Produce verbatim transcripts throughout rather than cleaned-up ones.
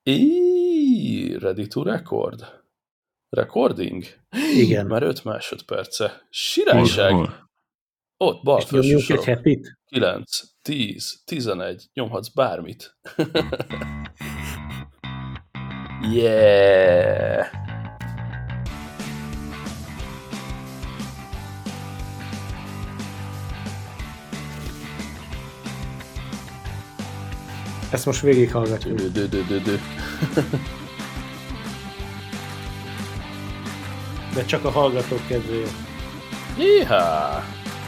Íííí, ready to record? Recording? Igen. Már öt másodperce. Hol, Sirályság! hol? Ott, bal És felső nyomjunk egy sarok. happy-t? kilenc, tíz, tizenegy, nyomhatsz bármit. Yeah! Ezt most végighallgatjuk. Dö, dö, dö, dö, dö. De csak a hallgatók kedvéért. Jéhá!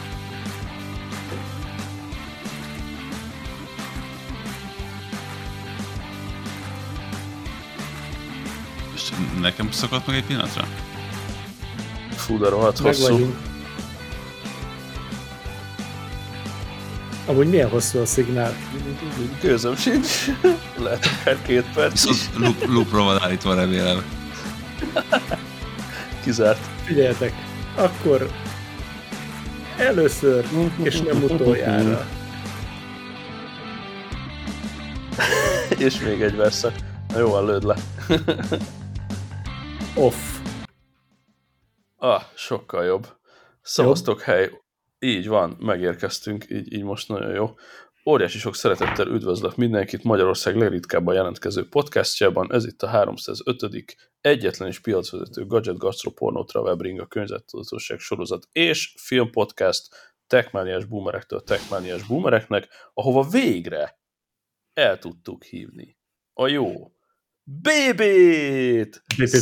És nekem szakadt meg egy pillanatra? Fú, de rohadt Meg hosszú. vagyunk. Amúgy milyen hosszú a szignál? Gőzöm sincs. Lehet akár két perc is. Viszont loop, loopra van állítva, remélem. Kizárt. Figyeljetek, akkor először, és nem utoljára. És még egy verszak. Na jó, van, lőd le. Off. Ah, sokkal jobb. Szavaztok, hely. Így van, megérkeztünk, így, így most nagyon jó. Óriási sok szeretettel üdvözlök mindenkit Magyarország legritkábban jelentkező podcastjában. Ez itt a háromszázötödik egyetlen és piacvezető Gadget Gastro Porno Travel Bring a környezettudatosság sorozat és filmpodcast techmániás boomerektől techmániás boomereknek, ahova végre el tudtuk hívni a jó bé bét!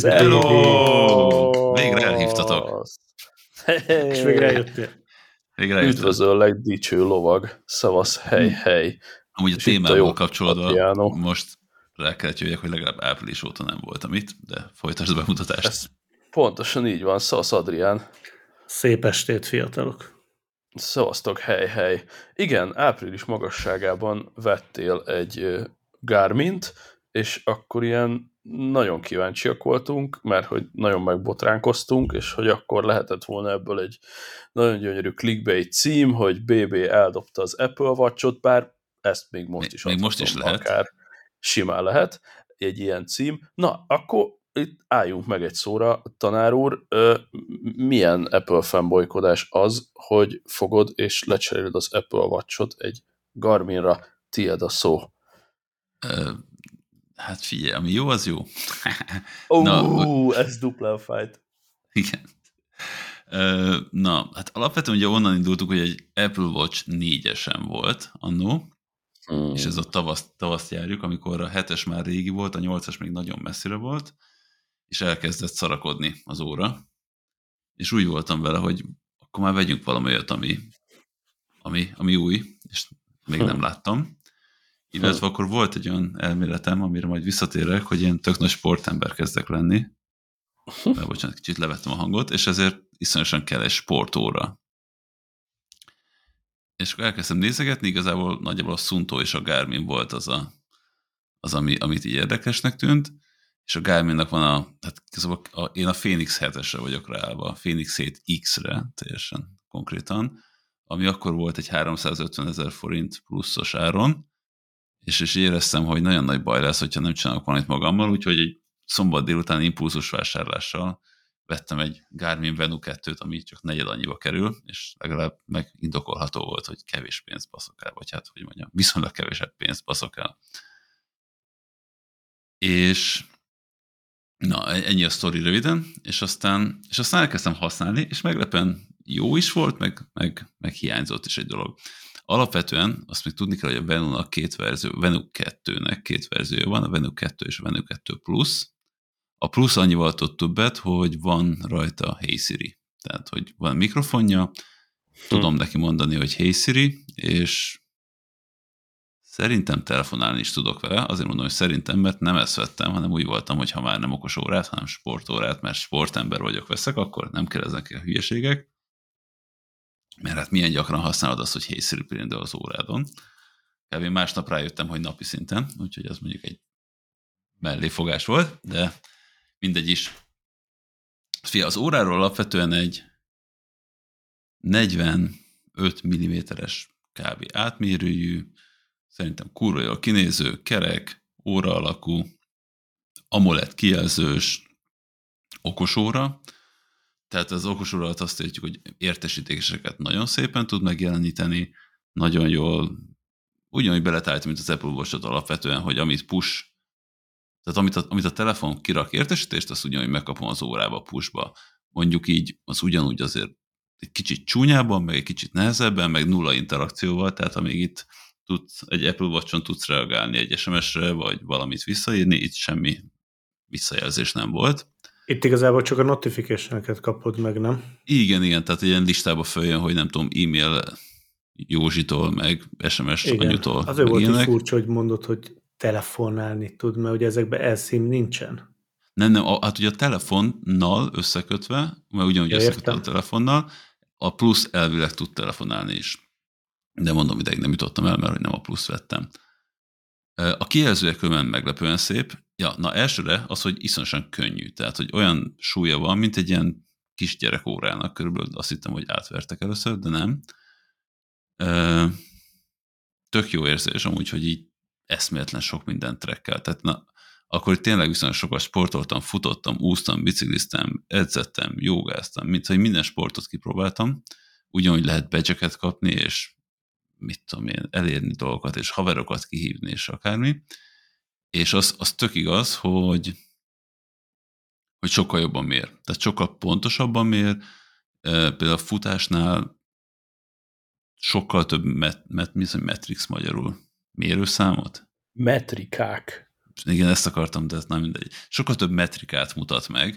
Hello! Végre elhívtatok. Hey. És végre eljöttél. Végre eljöttem. Üdvözöllek, dicső lovag. Szavasz, hely, hely. Amúgy a És itt a témával jó kapcsolatban Adriano. most rá kellett jöjjek, hogy legalább április óta nem voltam itt, de folytasd a bemutatást. Ez pontosan így van. Szavasz, Adrián. Szép estét, fiatalok. Szavaztok, hely, hely. Igen, április magasságában vettél egy ö, Garmint, és akkor ilyen nagyon kíváncsiak voltunk, mert hogy nagyon megbotránkoztunk, és hogy akkor lehetett volna ebből egy nagyon gyönyörű clickbait cím, hogy bé bé eldobta az Apple Watch-ot, bár ezt még most is Még most is adhatom, lehet. akár simán lehet egy ilyen cím. Na, akkor itt álljunk meg egy szóra, tanár úr, ö, milyen Apple fanboykodás az, hogy fogod és lecseréled az Apple Watch-ot egy Garminra, tiéd a szó. Ö, hát figyelj, ami jó, az jó. Ó, Na, ez duplán fájt. igen. Ö, na, hát alapvetően ugye onnan indultuk, hogy egy Apple Watch négyesen volt annó, Hmm. és ez a tavaszt, tavaszt járjuk, amikor a hetes már régi volt, a nyolcas még nagyon messzire volt, és elkezdett szarakodni az óra, és úgy voltam vele, hogy akkor már vegyünk valami olyat, ami, ami, ami új, és még nem láttam. Illetve akkor volt egy olyan elméletem, amire majd visszatérek, hogy én tök nagy sportember kezdek lenni. De, bocsánat, kicsit levettem a hangot, és ezért iszonyosan kell egy sportóra. És akkor elkezdtem nézegetni, igazából nagyjából a Suunto és a Garmin volt az, a, az ami, amit így érdekesnek tűnt, és a Garminnak van a, tehát a, a, én a Fenix hetesre vagyok ráállva, a Fenix hét X-re, teljesen konkrétan, ami akkor volt egy háromszázötven ezer forint pluszos áron, és, és éreztem, hogy nagyon nagy baj lesz, hogyha nem csinálok valamit magammal, úgyhogy egy szombat délután impulzus vásárlással vettem egy Garmin Venu kettőt, ami csak negyed annyiba kerül, és legalább megindokolható volt, hogy kevés pénzt baszok el, vagy hát, hogy mondjam, viszonylag kevesebb pénzt baszok el. És na, ennyi a sztori röviden, és aztán, és aztán elkezdtem használni, és meglepően jó is volt, meg, meg, meg hiányzott is egy dolog. Alapvetően azt még tudni kell, hogy a Venunak két verzió, Venu kettőnek két verziója van, a Venu kettő és a Venu kettő Plus. A Plus annyival tud többet, hogy van rajta Hey Siri. Tehát, hogy van mikrofonja, tudom hmm. neki mondani, hogy Hey Siri, és szerintem telefonálni is tudok vele. Azért mondom, hogy szerintem, mert nem ezt vettem, hanem úgy voltam, hogy ha már nem okos órát, hanem sportórát, mert sportember vagyok, veszek, akkor nem kérdeznek ki a hülyeségek. Mert hát milyen gyakran használod azt, hogy Hey Siri például az órádon. Kb. Másnap rájöttem, hogy napi szinten, úgyhogy ez mondjuk egy melléfogás volt, de mindegy is. Fia, az óráról alapvetően egy negyvenöt milliméteres kb. Átmérőjű, szerintem kurva jól kinéző, kerek, óra alakú, AMOLED kijelzős okosóra, tehát az okosóra alatt azt értjük, hogy értesítéseket nagyon szépen tud megjeleníteni, nagyon jól, ugyanúgy beletállítani, mint az Apple Watch-ot alapvetően, hogy amit push, tehát amit a, amit a telefon kirak értesítést, azt ugyanúgy megkapom az órába, pushba. Mondjuk így, az ugyanúgy azért egy kicsit csúnyában, meg egy kicsit nehezebben, meg nulla interakcióval, tehát amíg itt tudsz, egy Apple Watch-on tudsz reagálni egy es em es-re, vagy valamit visszaírni, itt semmi visszajelzés nem volt. Itt igazából csak a notification-eket kapod meg, nem? Igen, igen, tehát ilyen listába följön, hogy nem tudom, e-mail Józsitól, meg es em es Igen. anyutól. Azért volt ilyenek. így furcsa, hogy mondod, hogy telefonálni tud, mert ugye ezekben eSIM nincsen. Nem, nem, hát ugye a telefonnal összekötve, mert ugyanúgy Ja, összekötve a értem. telefonnal, a plusz elvileg tud telefonálni is. De mondom, ideig nem jutottam el, mert hogy nem a plusz vettem. A kijelzője különben meglepően szép. Ja, na elsőre az, hogy iszonyosan könnyű. Tehát, hogy olyan súlya van, mint egy ilyen kisgyerek órának körülbelül. Azt hittem, hogy átvertek először, de nem. Tök jó érzés, amúgy, hogy így eszméletlen sok mindent trekkel. Tehát na, akkor tényleg viszonylag sokat sportoltam, futottam, úsztam, bicikliztem, edzettem, jogáztam, mint hogy minden sportot kipróbáltam. Ugyanúgy lehet badge-eket kapni, és mit tudom én, elérni dolgokat, és haverokat kihívni, és akármi. És az, az tök igaz, hogy, hogy sokkal jobban mér. Tehát sokkal pontosabban mér. Például a futásnál sokkal több met, met, mi az, hogy metrix magyarul? Mérőszámot? Metrikák. Igen, ezt akartam, de ez nem mindegy. Sokkal több metrikát mutat meg.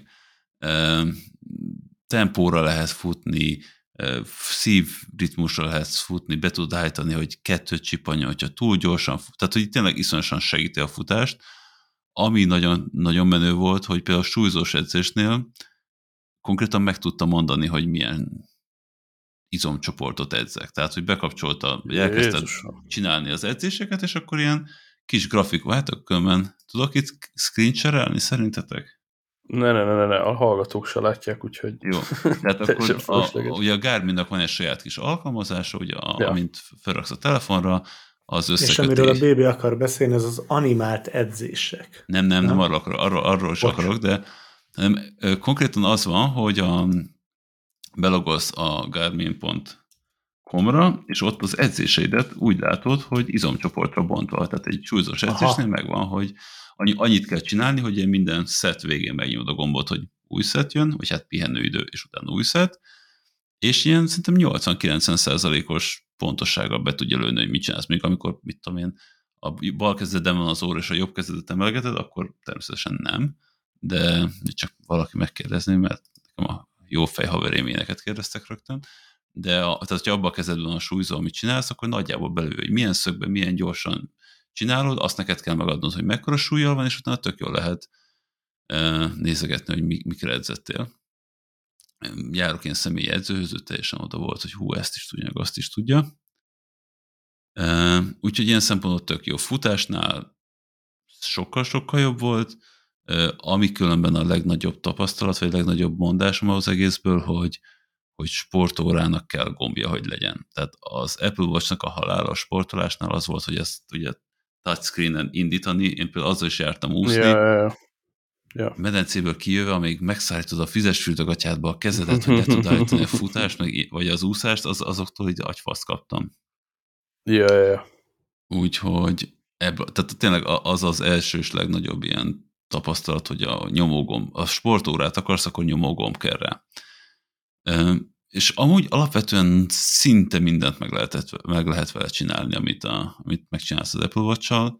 Tempóra lehet futni, szívritmusra lehet futni, be tud állítani, hogy kettőt csipanja, hogyha túl gyorsan fut. Tehát, hogy tényleg iszonyosan segíti a futást. Ami nagyon, nagyon menő volt, hogy például a súlyzós edzésnél konkrétan meg tudta mondani, hogy milyen izomcsoportot edzek. Tehát, hogy bekapcsolta, hogy elkezdted Jézusom. csinálni az edzéseket, és akkor ilyen kis grafikú, hát akkor tudok itt screen share-elni szerintetek? Ne, ne, ne, ne, ne, a hallgatók se látják, úgyhogy... Jó, tehát akkor a, ugye a Garminnak van egy saját kis alkalmazása, ugye, a, ja. amint felraksz a telefonra, az összekötés. És amiről a bébi akar beszélni, ez az animált edzések. Nem, nem, nem, nem arról, akar, arról, arról is Bocs. akarok, de nem, konkrétan az van, hogy a, belogolsz a garmin pont com-ra, és ott az edzéseidet úgy látod, hogy izomcsoportra bontva. Tehát egy súlyzós edzésnél megvan, hogy annyit kell csinálni, hogy én minden szett végén megnyomod a gombot, hogy új szett jön, vagy hát pihenőidő, és utána új szett, és ilyen szerintem nyolcvan-kilencven százalékos pontossággal be tudja lőni, hogy mit csinálsz. Még amikor, mit tudom én, a bal kezeden van az óra, és a jobb kezedet emelgeted, akkor természetesen nem, de csak valaki megkérdezni, mert nekem a jó fej haverém éneket kérdeztek rögtön, de a, tehát, hogyha abban a kezedben a súlyzó, amit csinálsz, akkor nagyjából belül, hogy milyen szögben, milyen gyorsan csinálod, azt neked kell megadnod, hogy mekkora súlyjal van, és utána tök jól lehet uh, nézegetni, hogy mi, mikre edzettél. Járok én személyi edzőhöz, ő teljesen oda volt, hogy hú, ezt is tudja, azt is tudja. Uh, úgyhogy ilyen szempontból tök jó. Futásnál sokkal-sokkal jobb volt, uh, ami különben a legnagyobb tapasztalat, vagy a legnagyobb mondásom az egészből, hogy hogy sportórának kell gombja, hogy legyen. Tehát az Apple Watch-nak a halála a sportolásnál az volt, hogy ezt ugye touchscreen-en indítani, én például azzal is jártam úszni, ja, ja, ja. medencéből kijöve, amíg megszállítod a fizesfürdőgatyádba a kezedet, hogy le tud állítani a futást, meg, vagy az úszást, az, azoktól így agyfaszt kaptam. Ja, ja, ja. Úgyhogy ebből, tehát tényleg az az első és legnagyobb ilyen tapasztalat, hogy a nyomógomb, a sportórát akarsz, akkor nyomógomb kell rá. És amúgy alapvetően szinte mindent meg, lehetett, meg lehet vele csinálni, amit, a, amit megcsinálsz az Apple Watch-sal.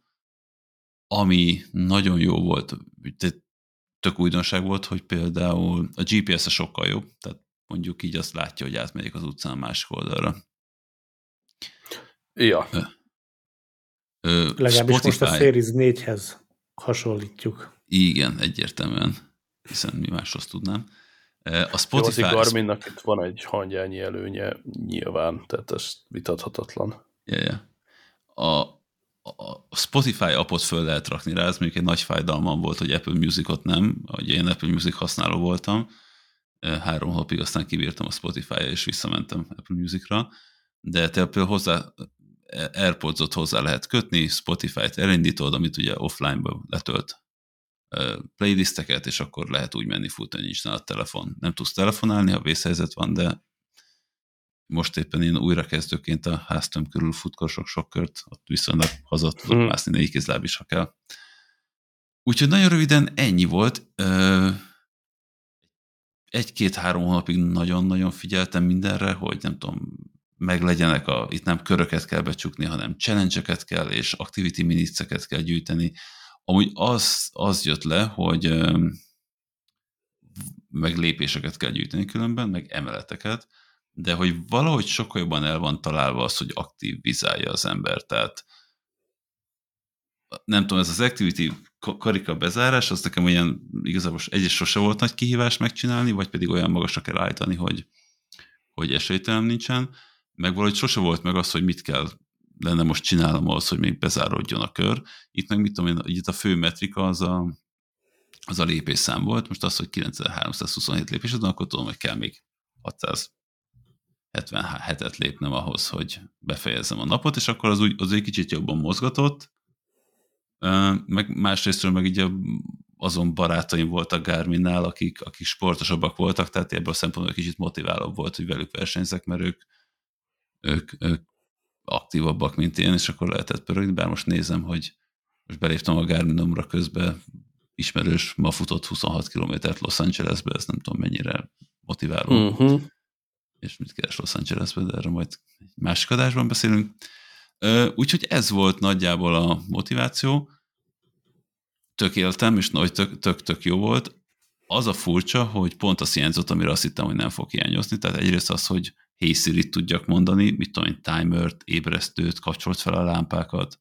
Ami nagyon jó volt, tök újdonság volt, hogy például a gé pé es-e sokkal jobb, tehát mondjuk így azt látja, hogy átmegyek az utcán a másik oldalra. Ja. Ö, ö, Legalábbis Spotify, most a Series négyhez hasonlítjuk. Igen, egyértelműen, hiszen mi máshoz tudnám. A Spotify... Jó, Garminnak itt van egy hangyányi előnye nyilván, tehát ez vitathatatlan. Yeah, yeah. A, a Spotify appot föl lehet rakni rá, ez mondjuk egy nagy fájdalmam volt, hogy Apple Musicot nem, hogy én Apple Music használó voltam. Három hónapig aztán kibírtam a Spotify-ra, és visszamentem Apple Musicra, de te például hozzá, AirPods-ot hozzá lehet kötni, Spotify-t elindítod, amit ugye offline-ba letölt playlisteket, és akkor lehet úgy menni futni, hogy nincs nálad telefon. Nem tudsz telefonálni, ha vészhelyzet van, de most éppen én újrakezdőként a háztöm körül futkosok sok kört, ott viszonylag haza tudok hmm. mászni négy kézláb is, ha kell. Úgyhogy nagyon röviden ennyi volt. Egy-két-három hónapig nagyon-nagyon figyeltem mindenre, hogy nem tudom, meglegyenek a, itt nem köröket kell becsukni, hanem challenge-eket kell, és activity minutes-eket kell gyűjteni. Amúgy az, az jött le, hogy meg lépéseket kell gyűjteni különben, meg emeleteket, de hogy valahogy sokkal jobban el van találva az, hogy aktivizálja az ember. Tehát nem tudom, ez az activity karika bezárás, az nekem olyan igazából egyes sose volt nagy kihívás megcsinálni, vagy pedig olyan magasra kell állítani, hogy, hogy esélytelen nincsen, meg valahogy sose volt meg az, hogy mit kell lenne most csinálnom ahhoz, hogy még bezáródjon a kör. Itt meg mit tudom én, itt a fő metrika az a, az a lépésszám volt, most az, hogy kilencezer-háromszázhuszonhét lépés, akkor tudom, hogy kell még hatszázhetvenhetet lépnem ahhoz, hogy befejezzem a napot, és akkor az úgy az egy kicsit jobban mozgatott, meg másrésztről meg így azon barátaim voltak Garminnál, akik, akik sportosabbak voltak, tehát ebből a szempontból kicsit motiválóbb volt, hogy velük versenyzek, mert ők, ők, ők aktívabbak, mint én, és akkor lehetett pörögni, bár most nézem, hogy most beléptem a Garminomra közben, ismerős, ma futott huszonhat kilométert Los Angelesbe, ez nem tudom mennyire motiváló, uh-huh. és mit keres Los Angelesbe, de erről majd egy másik adásban beszélünk. Úgyhogy ez volt nagyjából a motiváció. Tök éltem, és tök-tök jó volt. Az a furcsa, hogy pont az hiányzott, amire azt hittem, hogy nem fog hiányozni. Tehát egyrészt az, hogy Hey Siri-t tudjak mondani, mit tudom én, timert, ébresztőt, kapcsolt fel a lámpákat.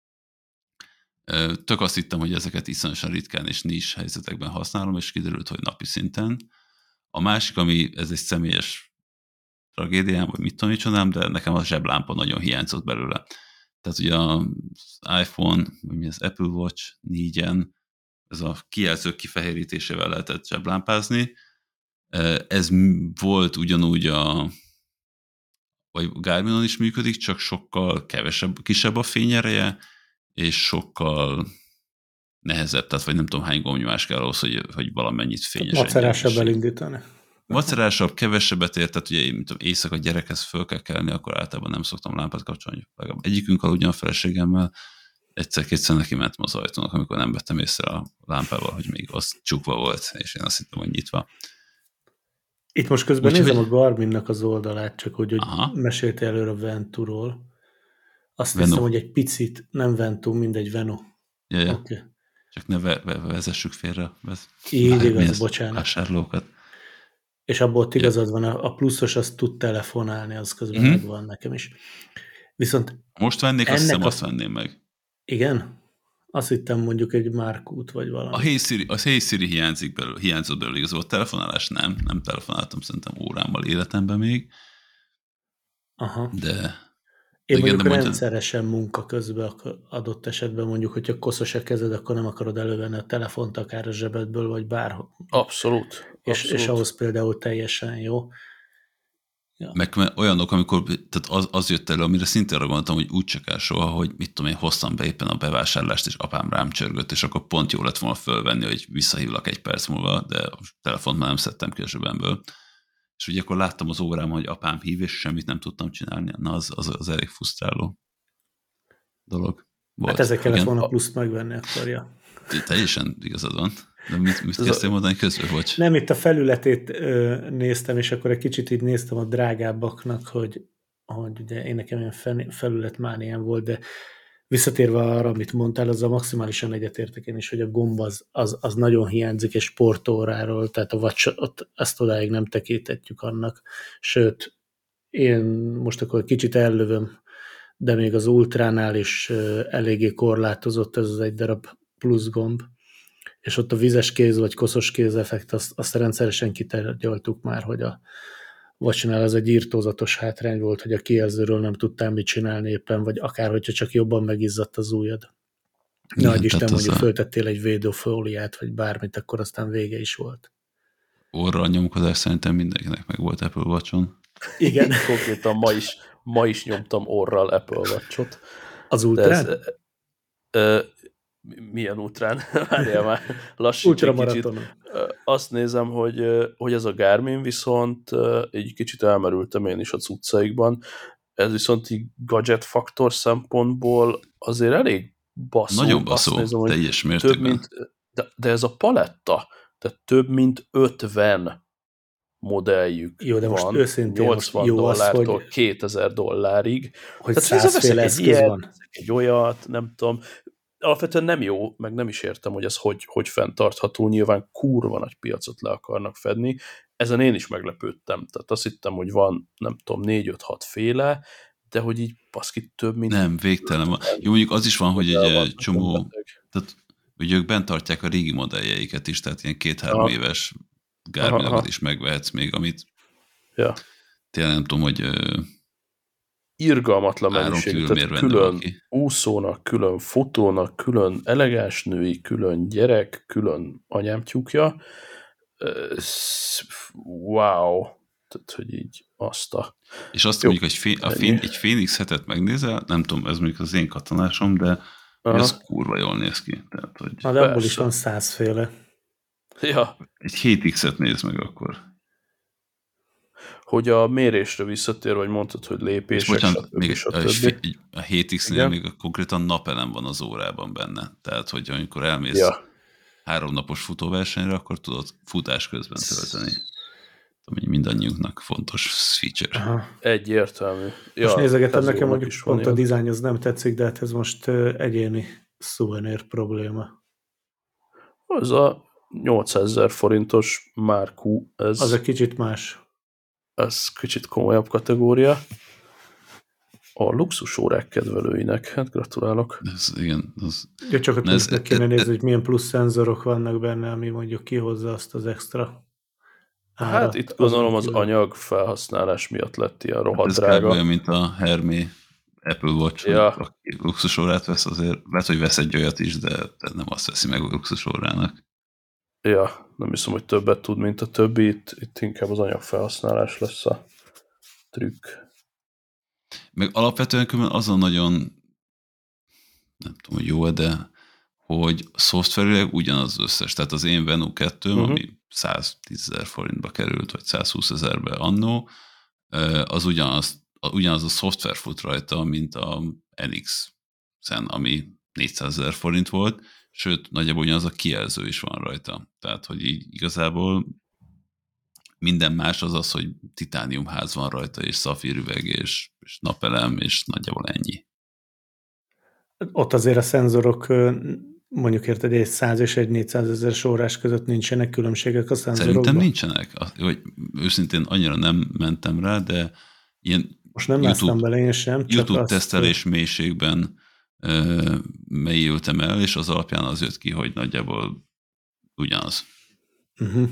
Tök azt hittem, hogy ezeket iszonyosan ritkán és nincs helyzetekben használom, és kiderült, hogy napi szinten. A másik, ami ez egy személyes tragédiám, vagy mit tudom, csodám, de nekem a zseblámpa nagyon hiányzott belőle. Tehát ugye az iPhone, vagy mi az Apple Watch négyen, ez a kijelzők kifehérítésével lehetett zseblámpázni. Ez volt ugyanúgy a, vagy Garminon is működik, csak sokkal kevesebb, kisebb a fényereje, és sokkal nehezebb, tehát vagy nem tudom hány gombnyomás kell ahhoz, hogy, hogy valamennyit fényes. Macerásabb elindítani. Macerásabb, kevesebbet ér, tehát ugye mint tudom, éjszaka gyerekhez föl kell kelni, akkor általában nem szoktam lámpát kapcsolni. Egyikünk aludjon a feleségemmel, egyszer-kétszer neki mentem az ajtónak, amikor nem vettem észre a lámpával, hogy még az csukva volt, és én azt hittem, hogy nyitva. Itt most közben úgy, nézem hogy... a Garminnak az oldalát, csak hogy, hogy meséltél előre a Venturól. Azt Venu. hiszem, hogy egy picit, nem Ventu, mindegy Venu. Ja, ja. Okay. Csak ne ve- ve- vezessük félre. Vez... Így igaz, bocsánat. Vásárlókat. És abból ott igazad van, a pluszos azt tud telefonálni, az közben mm-hmm. megvan nekem is. Viszont most vennék, azt hiszem, a... azt venném meg. Igen? Azt hittem mondjuk egy Márkút, vagy valami. A Hey Siri, a Hey Siri hiányzik belőle, hiányzott belőle igazából. A telefonálás nem, nem telefonáltam szerintem órámmal életemben még. Aha. De... Én igen, mondjuk rendszeresen mondjam... munka közben adott esetben mondjuk, hogyha koszos a kezed, akkor nem akarod elővenni a telefont akár a zsebedből, vagy bárhol. Abszolút. És, Abszolút. és ahhoz például teljesen jó. Ja. Meg olyanok, amikor tehát az, az jött elő, amire szintén arra gondoltam, hogy úgy csak el soha, hogy mit tudom én, hoztam be éppen a bevásárlást, és apám rám csörgött, és akkor pont jó lett volna fölvenni, hogy visszahívlak egy perc múlva, de a telefont már nem szedtem ki a zsebemből. És ugye akkor láttam az órám, hogy apám hív, és semmit nem tudtam csinálni. Na, az, az, az elég frusztráló dolog volt. Hát ezek kellett volna pluszt megvenni akkor, ja. Teljesen igazad van. De mit, mit kezdtél mondani közben, vagy? Nem, itt a felületét ö, néztem, és akkor egy kicsit így néztem a drágábbaknak, hogy, hogy ugye én nekem ilyen felületmániám volt, de visszatérve arra, amit mondtál, azzal maximálisan egyetértek én is, hogy a gomb az, az, az nagyon hiányzik, és sportóráról, tehát a vacsot, ezt odáig nem tekintetjük annak. Sőt, én most akkor kicsit ellövöm, de még az ultránál is eléggé korlátozott ez az egy darab plusz gomb, és ott a vizes kéz vagy koszos kéz effekt, azt, azt rendszeresen kitárgyaltuk már, hogy a vacsnál az egy írtózatos hátrány volt, hogy a kijelzőről nem tudtál mit csinálni éppen, vagy akár, hogyha csak jobban megizzadt az ujjad. Nagy Isten, mondjuk a... föltettél egy védőfóliát, vagy bármit, akkor aztán vége is volt. Orral nyomkodás szerintem mindenkinek meg volt Apple Watch-on. Igen. Konkrétan ma is, ma is nyomtam orral Apple Watch-ot. Az ultrán? Ez, ö, Milyen ultrán? Várjál már, lassíts egy kicsit. Azt nézem, hogy, hogy ez a Garmin viszont egy kicsit elmerültem én is a cuccaikban. Ez viszont így gadget faktor szempontból azért elég baszó. Nagyon baszó, nézem, teljes mértékben. Több mint, de, de ez a paletta, tehát több mint ötven modelljük jó, de van. Most őszintén nyolcvan most jó dollártól az, hogy, kétezer dollárig. hogy tehát százféle eszköz ilyet, van. Egy olyat, nem tudom. Alapvetően nem jó, meg nem is értem, hogy ez hogy, hogy fenntartható. Nyilván kurva nagy piacot le akarnak fedni. Ezen én is meglepődtem. Tehát azt hittem, hogy van, nem tudom, négy-öt-hat féle, de hogy így baszki több, mint... Nem, végtelen van. Jó, mondjuk az is van, hogy egy van, csomó... Tehát, hogy ők bent tartják a régi modelljeiket is, tehát ilyen két-három éves Garmin-okat is megvehetsz még, amit ja. tényleg nem tudom, hogy... Irgalmatlan mennyiség, tehát külön valaki. úszónak, külön fotónak, külön elegáns női, külön gyerek, külön anyámtyúkja. Wow! Tehát, hogy így azt a... És azt mondjuk, hogy fé, a fén, egy Phoenix hetet megnézel, nem tudom, ez mondjuk az én katonásom, de ez kurva jól néz ki. Tehát, hogy... Na, de abból is van százféle. Ja. Egy hét iksz-et néz meg akkor. Hogy a mérésre visszatér, vagy mondtad, hogy lépések, bocsánat, stb. Még stb. A, a hét iksz-nél még konkrétan napelem van az órában benne. Tehát, hogy amikor elmész ja. háromnapos futóversenyre, akkor tudod futás közben tölteni. Ami mindannyiunknak fontos feature. Aha. Egyértelmű. Ja, most nézegetem, nekem mondjuk pont a dizájn az nem tetszik, de hát ez most uh, egyéni szuvenér probléma. Az a nyolcszázezer forintos márkú. Ez, az egy kicsit más. Ez kicsit komolyabb kategória. A luxusórák kedvelőinek, hát gratulálok. Ez, igen. Az, ja, csak a ez, meg kéne e, nézni, e, hogy milyen plusz szenzorok vannak benne, ami mondjuk kihozza azt az extra árat. Hát itt gondolom az, az anyag felhasználás miatt lett ilyen rohadt drága. Ez olyan, mint a Hermé Apple Watch, ja. Aki luxusórát vesz, azért lehet, hogy vesz egy olyat is, de, de nem azt veszi meg a luxusórának. Ja, nem hiszem, hogy többet tud, mint a többi. Itt, itt inkább az anyagfelhasználás lesz a trükk. Meg alapvetően azon nagyon, nem tudom, hogy jó, de hogy szoftverileg ugyanaz összes. Tehát az én Venue kettőm, uh-huh. ami száztízezer forintba került, vagy százhúszezerbe annó, az ugyanaz, ugyanaz a szoftver fut rajta, mint a en iksz-en, ami négyszázezer forint volt, sőt, nagyjából ugyanaz a kijelző is van rajta. Tehát, hogy így igazából minden más az az, hogy titániumház van rajta, és szafírüveg, és, és napelem, és nagyjából ennyi. Ott azért a szenzorok, mondjuk érted, egy száz és egy négyszázezer órás között nincsenek különbségek a szenzorokban? Szerintem nincsenek. Hogy őszintén annyira nem mentem rá, de ilyen most nem láttam bele én sem. YouTube tesztelés mélységben uh, mélyültem el, és az alapján az jött ki, hogy nagyjából ugyanaz. Uh-huh.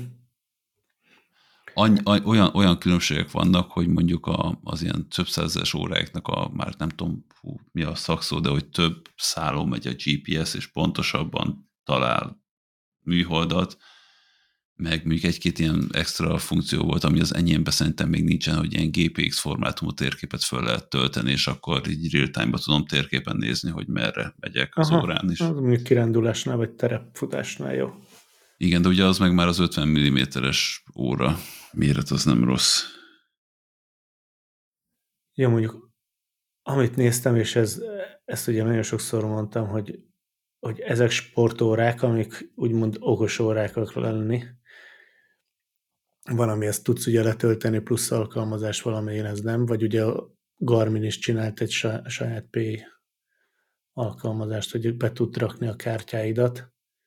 Any, olyan, olyan különbségek vannak, hogy mondjuk a, az ilyen több százezeres óráknak a, már nem tudom, hú, mi a szakszó, de hogy több szálon megy a gé pé es, és pontosabban talál műholdat, meg még egy-két ilyen extra funkció volt, ami az enyémben szerintem még nincsen, hogy ilyen gé pé iksz formátumú térképet föl lehet tölteni, és akkor így real-time-ba tudom térképen nézni, hogy merre megyek az Aha, órán is. Az mondjuk kirándulásnál, vagy terepfutásnál jó. Igen, de ugye az meg már az ötven milliméteres óra méret, az nem rossz. Ja, mondjuk, amit néztem, és ez, ezt ugye nagyon sokszor mondtam, hogy, hogy ezek sportórák, amik úgymond okos órák lenni, valami ezt tudsz ugye letölteni, plusz alkalmazás, valamilyen ez nem, vagy ugye a Garmin is csinált egy saját Pay alkalmazást, hogy be tud rakni a kártyáidat.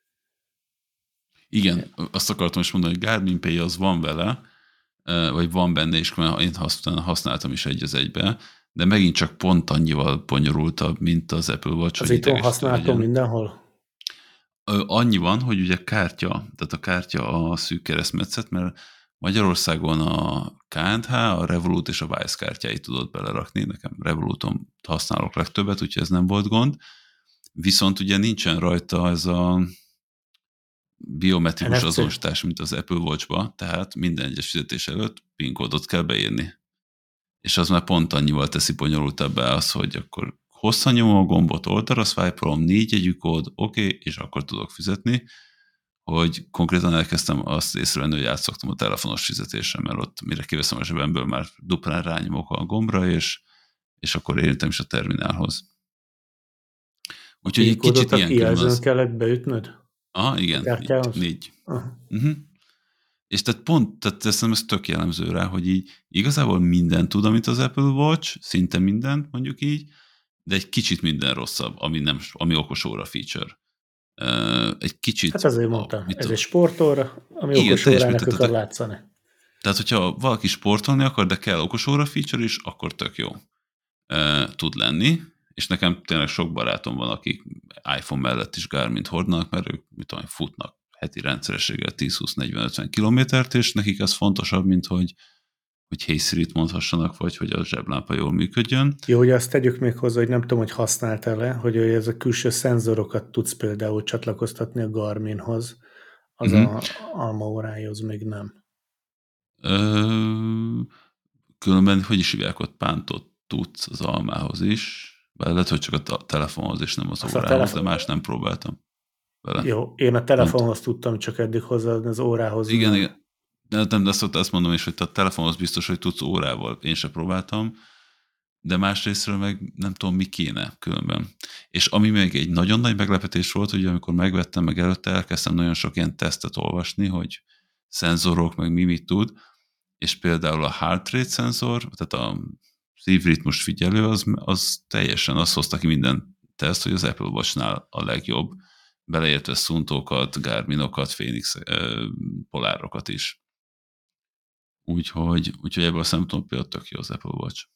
Igen, azt akartam is mondani, hogy Garmin Pay az van vele, vagy van benne is, mert én használtam is egy az egybe, de megint csak pont annyival bonyolultabb, mint az Apple Watch. Az itthon használható mindenhol? Annyi van, hogy ugye kártya, tehát a kártya a szűk keresztmetszet, mert Magyarországon a ká és há, a Revolut és a Wise kártyáit tudod belerakni, nekem Revoluton használok legtöbbet, úgyhogy ez nem volt gond. Viszont ugye nincsen rajta ez a biometrikus azonosítás, mint az Apple Watch-ba, tehát minden egyes fizetés előtt PIN kódot kell beírni. És az már pont annyival teszi bonyolultabbá az, hogy akkor hosszan nyomom a gombot, oldalra swipe-olom, négy jegyű kód, oké, okay, és akkor tudok fizetni, hogy konkrétan elkezdtem azt észrevenni, hogy átszoktam a telefonos fizetésre, mert ott mire kiveszem a zsebemből, már duplán rányomok a gombra, és, és akkor értem is a terminálhoz. Úgyhogy egy kicsit ilyen kijelzőn az... kellett beütnöd? Ah, igen, így, négy. Uh-huh. Uh-huh. És tehát pont, tehát teszem, ez tök jellemző rá, hogy így igazából mindent tud, amit az Apple Watch, szinte mindent, mondjuk így, de egy kicsit minden rosszabb, ami, nem, ami okos óra feature. Uh, egy kicsit... Hát azért mondtam, ez egy sportóra, ami igen, okos órának akar látszani. Tehát, hogyha valaki sportolni akar, de kell okos óra feature is, akkor tök jó uh, tud lenni, és nekem tényleg sok barátom van, akik iPhone mellett is Garmin-t hordnak, mert ők, mit tudom, futnak heti rendszerességgel tíz húsz negyven ötven kilométert, és nekik ez fontosabb, mint hogy, hogy Hey Siri-t mondhassanak, vagy hogy a zseblámpa jól működjön. Jó, hogy azt tegyük még hozzá, hogy nem tudom, hogy használtál-e, hogy ez a külső szenzorokat tudsz például csatlakoztatni a Garminhoz, az uh-huh. a Alma órájához még nem. Ö, különben, hogy is hívják, ott pántot tudsz az Almához is, bár lehet, hogy csak a telefonhoz és nem az azt órához, telefon... de más nem próbáltam vele. Jó, én a telefonhoz Pont. tudtam csak eddig hozzáadni, az órához. Igen, nem. igen. De, de azt, azt mondom is, hogy a telefonhoz biztos, hogy tudsz órával. Én sem próbáltam, de másrésztről meg nem tudom, mi kéne különben. És ami még egy nagyon nagy meglepetés volt, hogy amikor megvettem, meg előtte elkezdtem nagyon sok ilyen tesztet olvasni, hogy szenzorok, meg mi mit tud, és például a heart rate szenzor, tehát a szívritmus figyelő, az, az teljesen azt hozta ki minden teszt, hogy az Apple Watch-nál a legjobb, beleértve Suntokat, Garminokat, Phoenix eh, polárokat is. Úgyhogy, úgyhogy ebből a szempontból például tök jó az Apple Watch.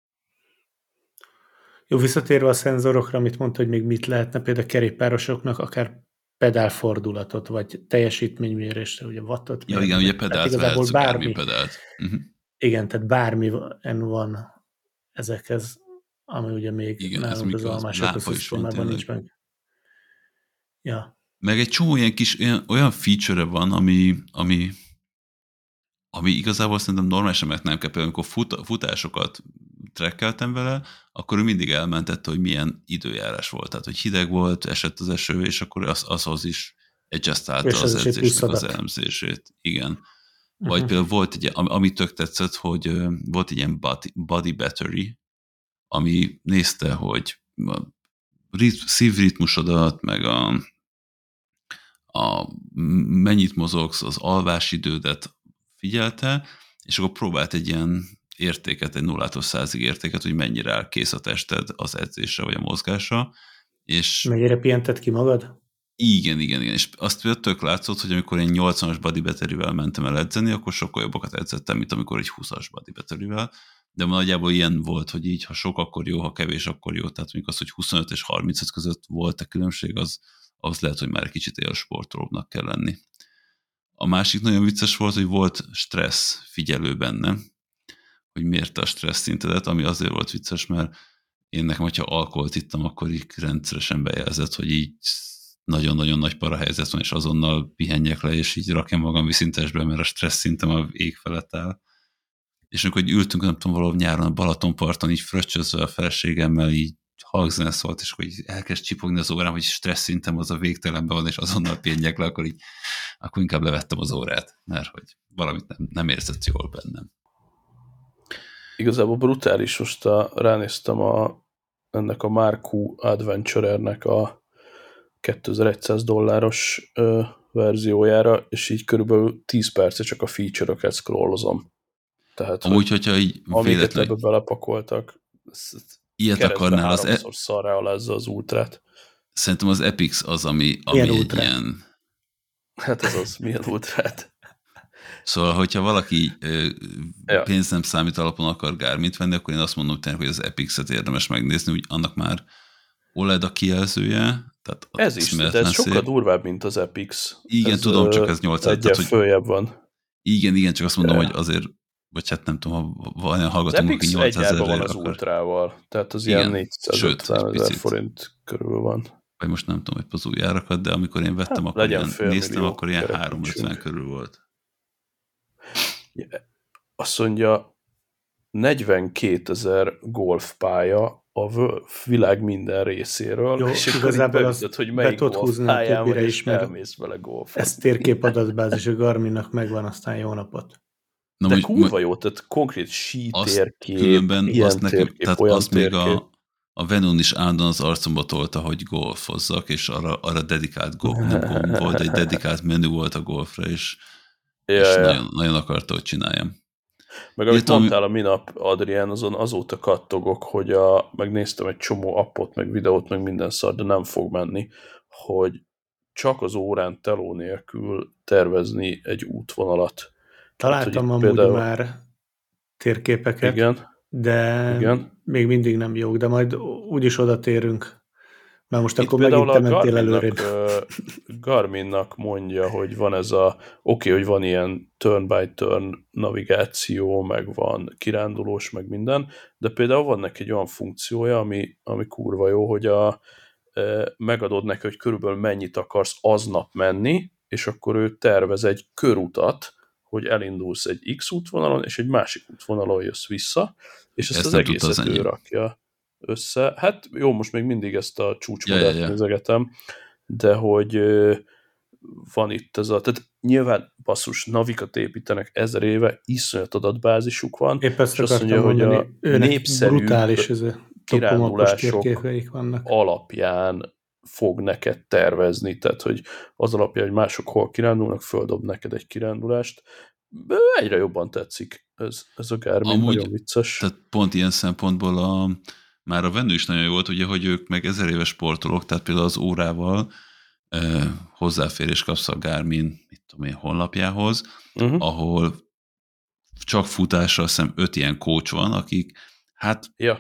Jó, visszatérve a szenzorokra, amit mondta, hogy még mit lehetne, például kerékpárosoknak akár pedálfordulatot, vagy teljesítménymérésre, ugye wattot. Ja, igen, ugye pedált vehetsz, bármi pedált. Uh-huh. Igen, tehát bármi van ezekhez, ami ugye még igen, nálunk az almás ökoszisztémában nincs meg. Ja. Meg egy csomó ilyen kis, olyan, olyan feature-e van, ami, ami, ami igazából szerintem normálisan meg nem kell. Például, amikor fut, futásokat trekkeltem vele, akkor ő mindig elmentette, hogy milyen időjárás volt. Tehát, hogy hideg volt, esett az eső, és akkor az, azhoz is adjustálta az edzésnek az elemzését. Igen. Vagy uh-huh. például volt egy, ami tök tetszett, hogy volt egy ilyen body, body battery, ami nézte, hogy a szívritmusodat, meg a, a mennyit mozogsz, az alvásidődet figyelte, és akkor próbált egy ilyen értéket, egy nullától százig értéket, hogy mennyire áll kész a tested az edzésre, vagy a mozgásra. És mennyire pihented ki magad? Igen, igen, igen. És azt például tök látszott, hogy amikor én nyolcvanas body batteryvel mentem el edzeni, akkor sokkal jobbakat edzettem, mint amikor egy húszas body batteryvel. De nagyjából ilyen volt, hogy így, ha sok, akkor jó, ha kevés, akkor jó. Tehát mondjuk az, hogy huszonöt és harmincöt között volt a különbség, az, az lehet, hogy már egy kicsit élsportolóbbnak kell lenni. A másik nagyon vicces volt, hogy volt stressz figyelő benne, hogy mérte a stressz szintedet, ami azért volt vicces, mert én nekem, hogyha alkoholt ittam, akkor így rendszeresen bejelzett, hogy így nagyon-nagyon nagy parahelyzet van, és azonnal pihenjek le, és így rakjam magam viszintesbe, mert a stressz szintem a ég felett áll. És amikor ültünk, nem tudom, valahol nyáron a Balatonparton, így fröccsözve a feleségemmel, így hangzene szólt, és akkor így elkezd csipogni az órám, hogy stressz szintem az a végtelenben van, és azonnal pihenjek le, akkor így, akkor inkább levettem az órát, mert hogy valamit nem, nem érzett jól bennem. Igazából brutális, most a, ránéztem a, ennek a Marku Adventurer-nek a kétezer-száz dolláros ö, verziójára, és így körülbelül tíz perce csak a feature-öket scrollozom. Tehát, amúgy, hogyha így amiket véletlen... ebbe belepakoltak, ilyet akarnál, az e... szarrá alázza az ultrát. Szerintem az Epix az, ami, ami egy ultrát? Ilyen... Hát ez az, milyen ultrát. Szóval, hogyha valaki ö, ja. pénz nem számít alapon akar Garmin-t venni, akkor én azt mondom tényleg, hogy az Epix-et érdemes megnézni, úgy annak már o el e dé a kijelzője. Tehát ez is, de ez sokkal durvább, mint az Epix. Igen, ez tudom, csak ez nyolcszáz. Egyen följebb van. Igen, igen, csak azt mondom, ja. hogy azért, vagy hát nem tudom, ha van olyan hallgatónk, aki nyolcszázezerre van az akar. Ultrával, tehát az igen, ilyen négyszázötven forint körül van. Vagy most nem tudom, hogy az új árakat, de amikor én vettem, hát, akkor ilyen, néztem, akkor ilyen háromszázötven körül volt. Azt mondja, negyvenkétezer golfpálya a világ minden részéről, jó, és akkor így beütött, hogy melyik golfpályán vagy, és elmész vele golfozni. Ez térképadatbázis, a Garminnak megvan, aztán jó napot. Na, de kurva jó, tehát konkrét sí térkép, különben ilyen azt nekem, térkép, tehát olyan azt térkép. még a, a Venun is állandóan az arcomba tolta, hogy golfozzak, és arra, arra dedikált golf, nem gomb volt, egy dedikált menü volt a golfra, és, ja, és ja. Nagyon, nagyon akarta, hogy csináljam. Meg amit Itt, mondtál a minap, Adrián, azon azóta kattogok, hogy a, megnéztem egy csomó appot, meg videót, meg minden szar, de nem fog menni, hogy csak az órán teló nélkül tervezni egy útvonalat. Találtam hát, amúgy például... már térképeket, igen, de igen. még mindig nem jók, de majd úgyis oda térünk. Már most itt akkor megint te mentél előrébb. Garminnak mondja, hogy van ez a, oké, okay, hogy van ilyen turn-by-turn navigáció, meg van kirándulós, meg minden, de például van neki egy olyan funkciója, ami, ami kurva jó, hogy a, megadod neki, hogy körülbelül mennyit akarsz aznap menni, és akkor ő tervez egy körutat, hogy elindulsz egy X útvonalon, és egy másik útvonalon jössz vissza, és ezt, ezt az egészet az ő rakja össze. Hát jó, most még mindig ezt a csúcsmodellt ja, ja, ja. nézegetem, de hogy van itt ez a... Tehát nyilván basszus, navikat építenek ezer éve, iszonyat adatbázisuk van, épp ezt és azt mondja, mondani, hogy a népszerű brutális kirándulások alapján fog neked tervezni, tehát hogy az alapján, hogy mások hol kirándulnak, földob neked egy kirándulást. Egyre jobban tetszik ez, ez a Garmin, amúgy, nagyon vicces. Tehát pont ilyen szempontból a, már a Venue is nagyon jó volt, ugye, hogy ők meg ezer éves sportolók, tehát például az órával eh, hozzáférés kapsz a Garmin, mit tudom én, honlapjához, uh-huh. ahol csak futásra azt hiszem öt ilyen coach van, akik hát ja.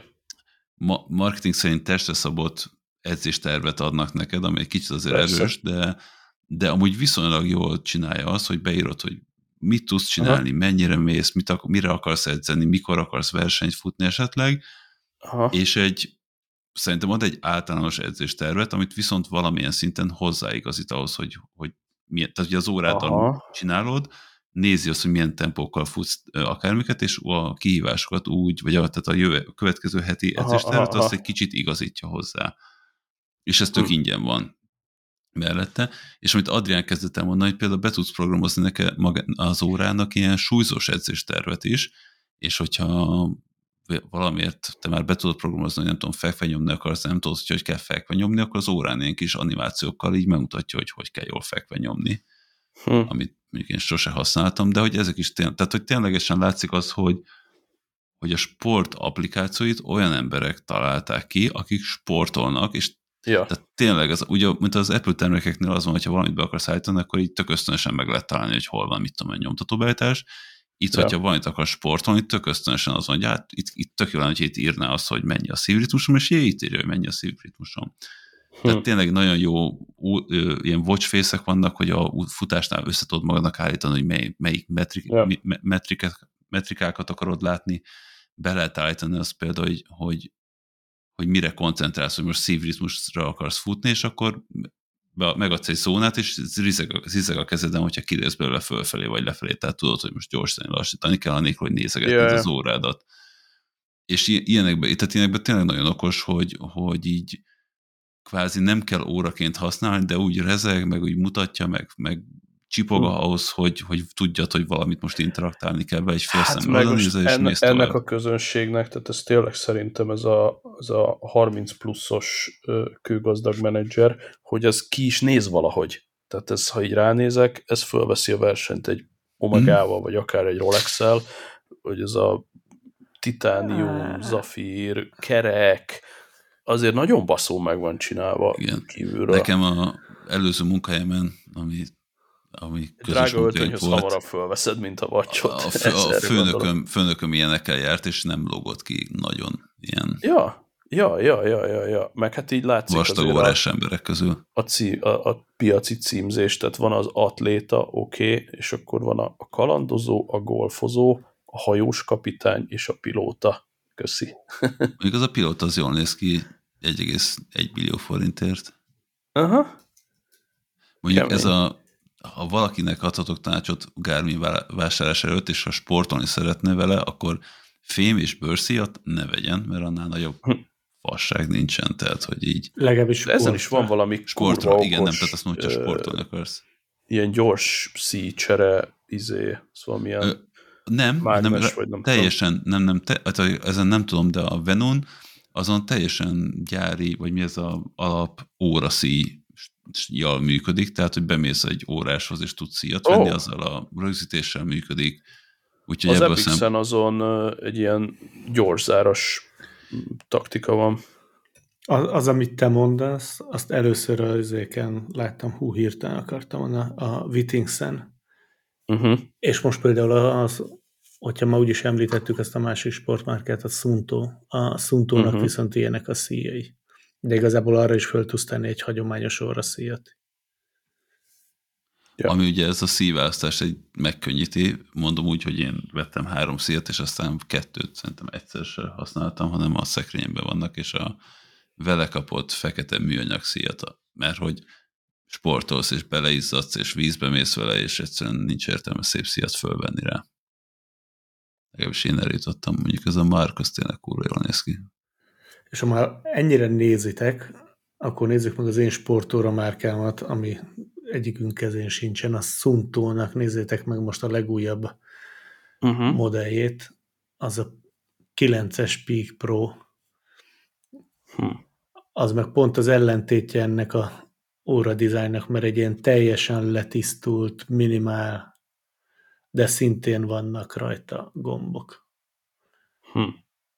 ma- marketing szerint testre szabott edzéstervet adnak neked, ami egy kicsit azért Persze. erős, de, de amúgy viszonylag jól csinálja azt, hogy beírod, hogy mit tudsz csinálni, Aha. mennyire mész, mit ak- mire akarsz edzeni, mikor akarsz versenyt futni esetleg, Aha. és egy szerintem ad egy általános edzéstervet, amit viszont valamilyen szinten hozzáigazít ahhoz, hogy, hogy milyen, tehát ugye az órától csinálod, nézi azt, hogy milyen tempókkal futsz akármiket, és a kihívásokat úgy, vagy a, tehát a, jövő, a következő heti edzéstervet azt egy kicsit igazítja hozzá. És ez tök hm. ingyen van mellette. És amit Adrián kezdett el mondani, hogy például be tudsz programozni neked az órának ilyen súlyzós edzéstervet is, és hogyha valamiért te már be tudod programozni, hogy nem tudom, fekve nyomni akarsz, nem tudod, hogy hogy kell fekve nyomni, akkor az órán ilyen kis animációkkal így megmutatja, hogy hogy kell jól fekve nyomni. Hm. Amit mondjuk én sose használtam, de hogy ezek is tényleg, tehát hogy ténylegesen látszik az, hogy, hogy a sport applikációit olyan emberek találták ki, akik sportolnak, és ja. tehát tényleg, az, ugye, mint az Apple termékeknél az van, hogyha valamit be akarsz állítani, akkor így tök ösztönösen meg lehet találni, hogy hol van, mit tudom, egy nyomtatóbeállítás. Itt, ja. hogyha valamit akarsz sportolni, tök ösztönösen az van, hogy hát itt, itt tök jó lenne, hogy itt írná azt, hogy mennyi a szívritmusom, és jé, itt írja, hogy mennyi a szívritmusom. Hm. Tehát tényleg nagyon jó ú, ö, ilyen watchface-ek vannak, hogy a futásnál össze tudod magadnak állítani, hogy mely, melyik metrik, ja. me, metriket, metrikákat akarod látni. Be lehet állítani azt például, hogy, hogy, hogy mire koncentrálsz, hogy most szívritmusra akarsz futni, és akkor megadsz egy zónát, és zizeg, zizeg a kezeden, hogyha kilépsz belőle fölfelé vagy lefelé, tehát tudod, hogy most gyorsítani, lassítani kell, anélkül, hogy nézegetned yeah. az órádat. És ilyenekben, tehát ilyenekben tényleg nagyon okos, hogy, hogy így kvázi nem kell óraként használni, de úgy rezeg, meg úgy mutatja, meg, meg csipog hmm. ahhoz, hogy, hogy tudjad, hogy valamit most interaktálni kell be, egy fél hát szemben oda nézze, és enne, mész ennek tovább. A közönségnek, tehát ez tényleg szerintem ez a, ez a harminc pluszos kőgazdag menedzser, hogy ez ki is néz valahogy. Tehát ez, ha így ránézek, ez fölveszi a versenyt egy Omegával, hmm. vagy akár egy Rolex-el, hogy ez a titánium, zafír, kerek, azért nagyon baszó meg van csinálva. Igen. Kívülről. Nekem az előző munkahelyemen, ami, ami közös drága öltönyhöz volt, hamarabb fölveszed, mint a vacsot. A, fő, a főnököm, főnököm ilyenekkel járt, és nem lógott ki nagyon ilyen. Ja, ja, ja, ja, ja, ja. Meg hát így látszik vastag órás emberek közül. A, cí, a, a piaci címzés, tehát van az atléta, oké, okay, és akkor van a, a kalandozó, a golfozó, a hajós kapitány és a pilóta. Köszi. Még az a pilóta az jól néz ki egy egész egy millió forintért. Aha. Mondjuk Kemény. Ez a, ha valakinek adhatok tanácsot Garmin vásárlás előtt, és ha sportolni szeretne vele, akkor fém és bőrszíjat ne vegyen, mert annál nagyobb fasság nincsen, tehát hogy így. Legalábbis ezen is van valami sportra, kurva igen, okos, nem, tehát azt mondja, hogy sportolni akarsz. Ilyen gyors szícsere, izé, szóval milyen Ö, nem, mágnes, nem, vagy nem teljesen, tudom. nem, nem, te, ezen nem tudom, de a Venon azon teljesen gyári, vagy mi ez az alap óraszíjjal működik, tehát, hogy bemész egy óráshoz, és tudsz szíjat venni, oh. azzal a rögzítéssel működik. Úgyhogy az Epixen szem... azon egy ilyen gyorszáros taktika van. Az, az, amit te mondasz, azt először az éken láttam, hú, hirtelen akartam volna, a Wittingsen. Uh-huh. És most például az, hogyha ma úgyis említettük ezt a másik sportmárkát, a Suunto. A Suuntónak uh-huh. viszont ilyenek a szíjai. De igazából arra is föl tudsz tenni egy hagyományos óraszíjat. Ja. Ami ugye ez a szíjválasztás egy megkönnyíti, mondom úgy, hogy én vettem három szíjat, és aztán kettőt szerintem egyszer sem használtam, hanem a szekrényben vannak, és a vele kapott fekete műanyag szíjat, mert hogy sportolsz, és beleizzadsz, és vízbe mész vele, és egyszerűen nincs értelme szép szíjat fölvenni rá. Legalábbis én elítottam, mondjuk ez a Mark, az tényleg kurva jól néz ki. És ha már ennyire nézitek, akkor nézzük meg az én sportóra márkámat, ami egyikünk kezén sincsen, a Suuntónak nézzétek meg most a legújabb uh-huh. modelljét, az a kilences Peak Pro. Hm. Az meg pont az ellentétje ennek a óra dizájnnak, mert egy ilyen teljesen letisztult, minimál, de szintén vannak rajta gombok. Hm.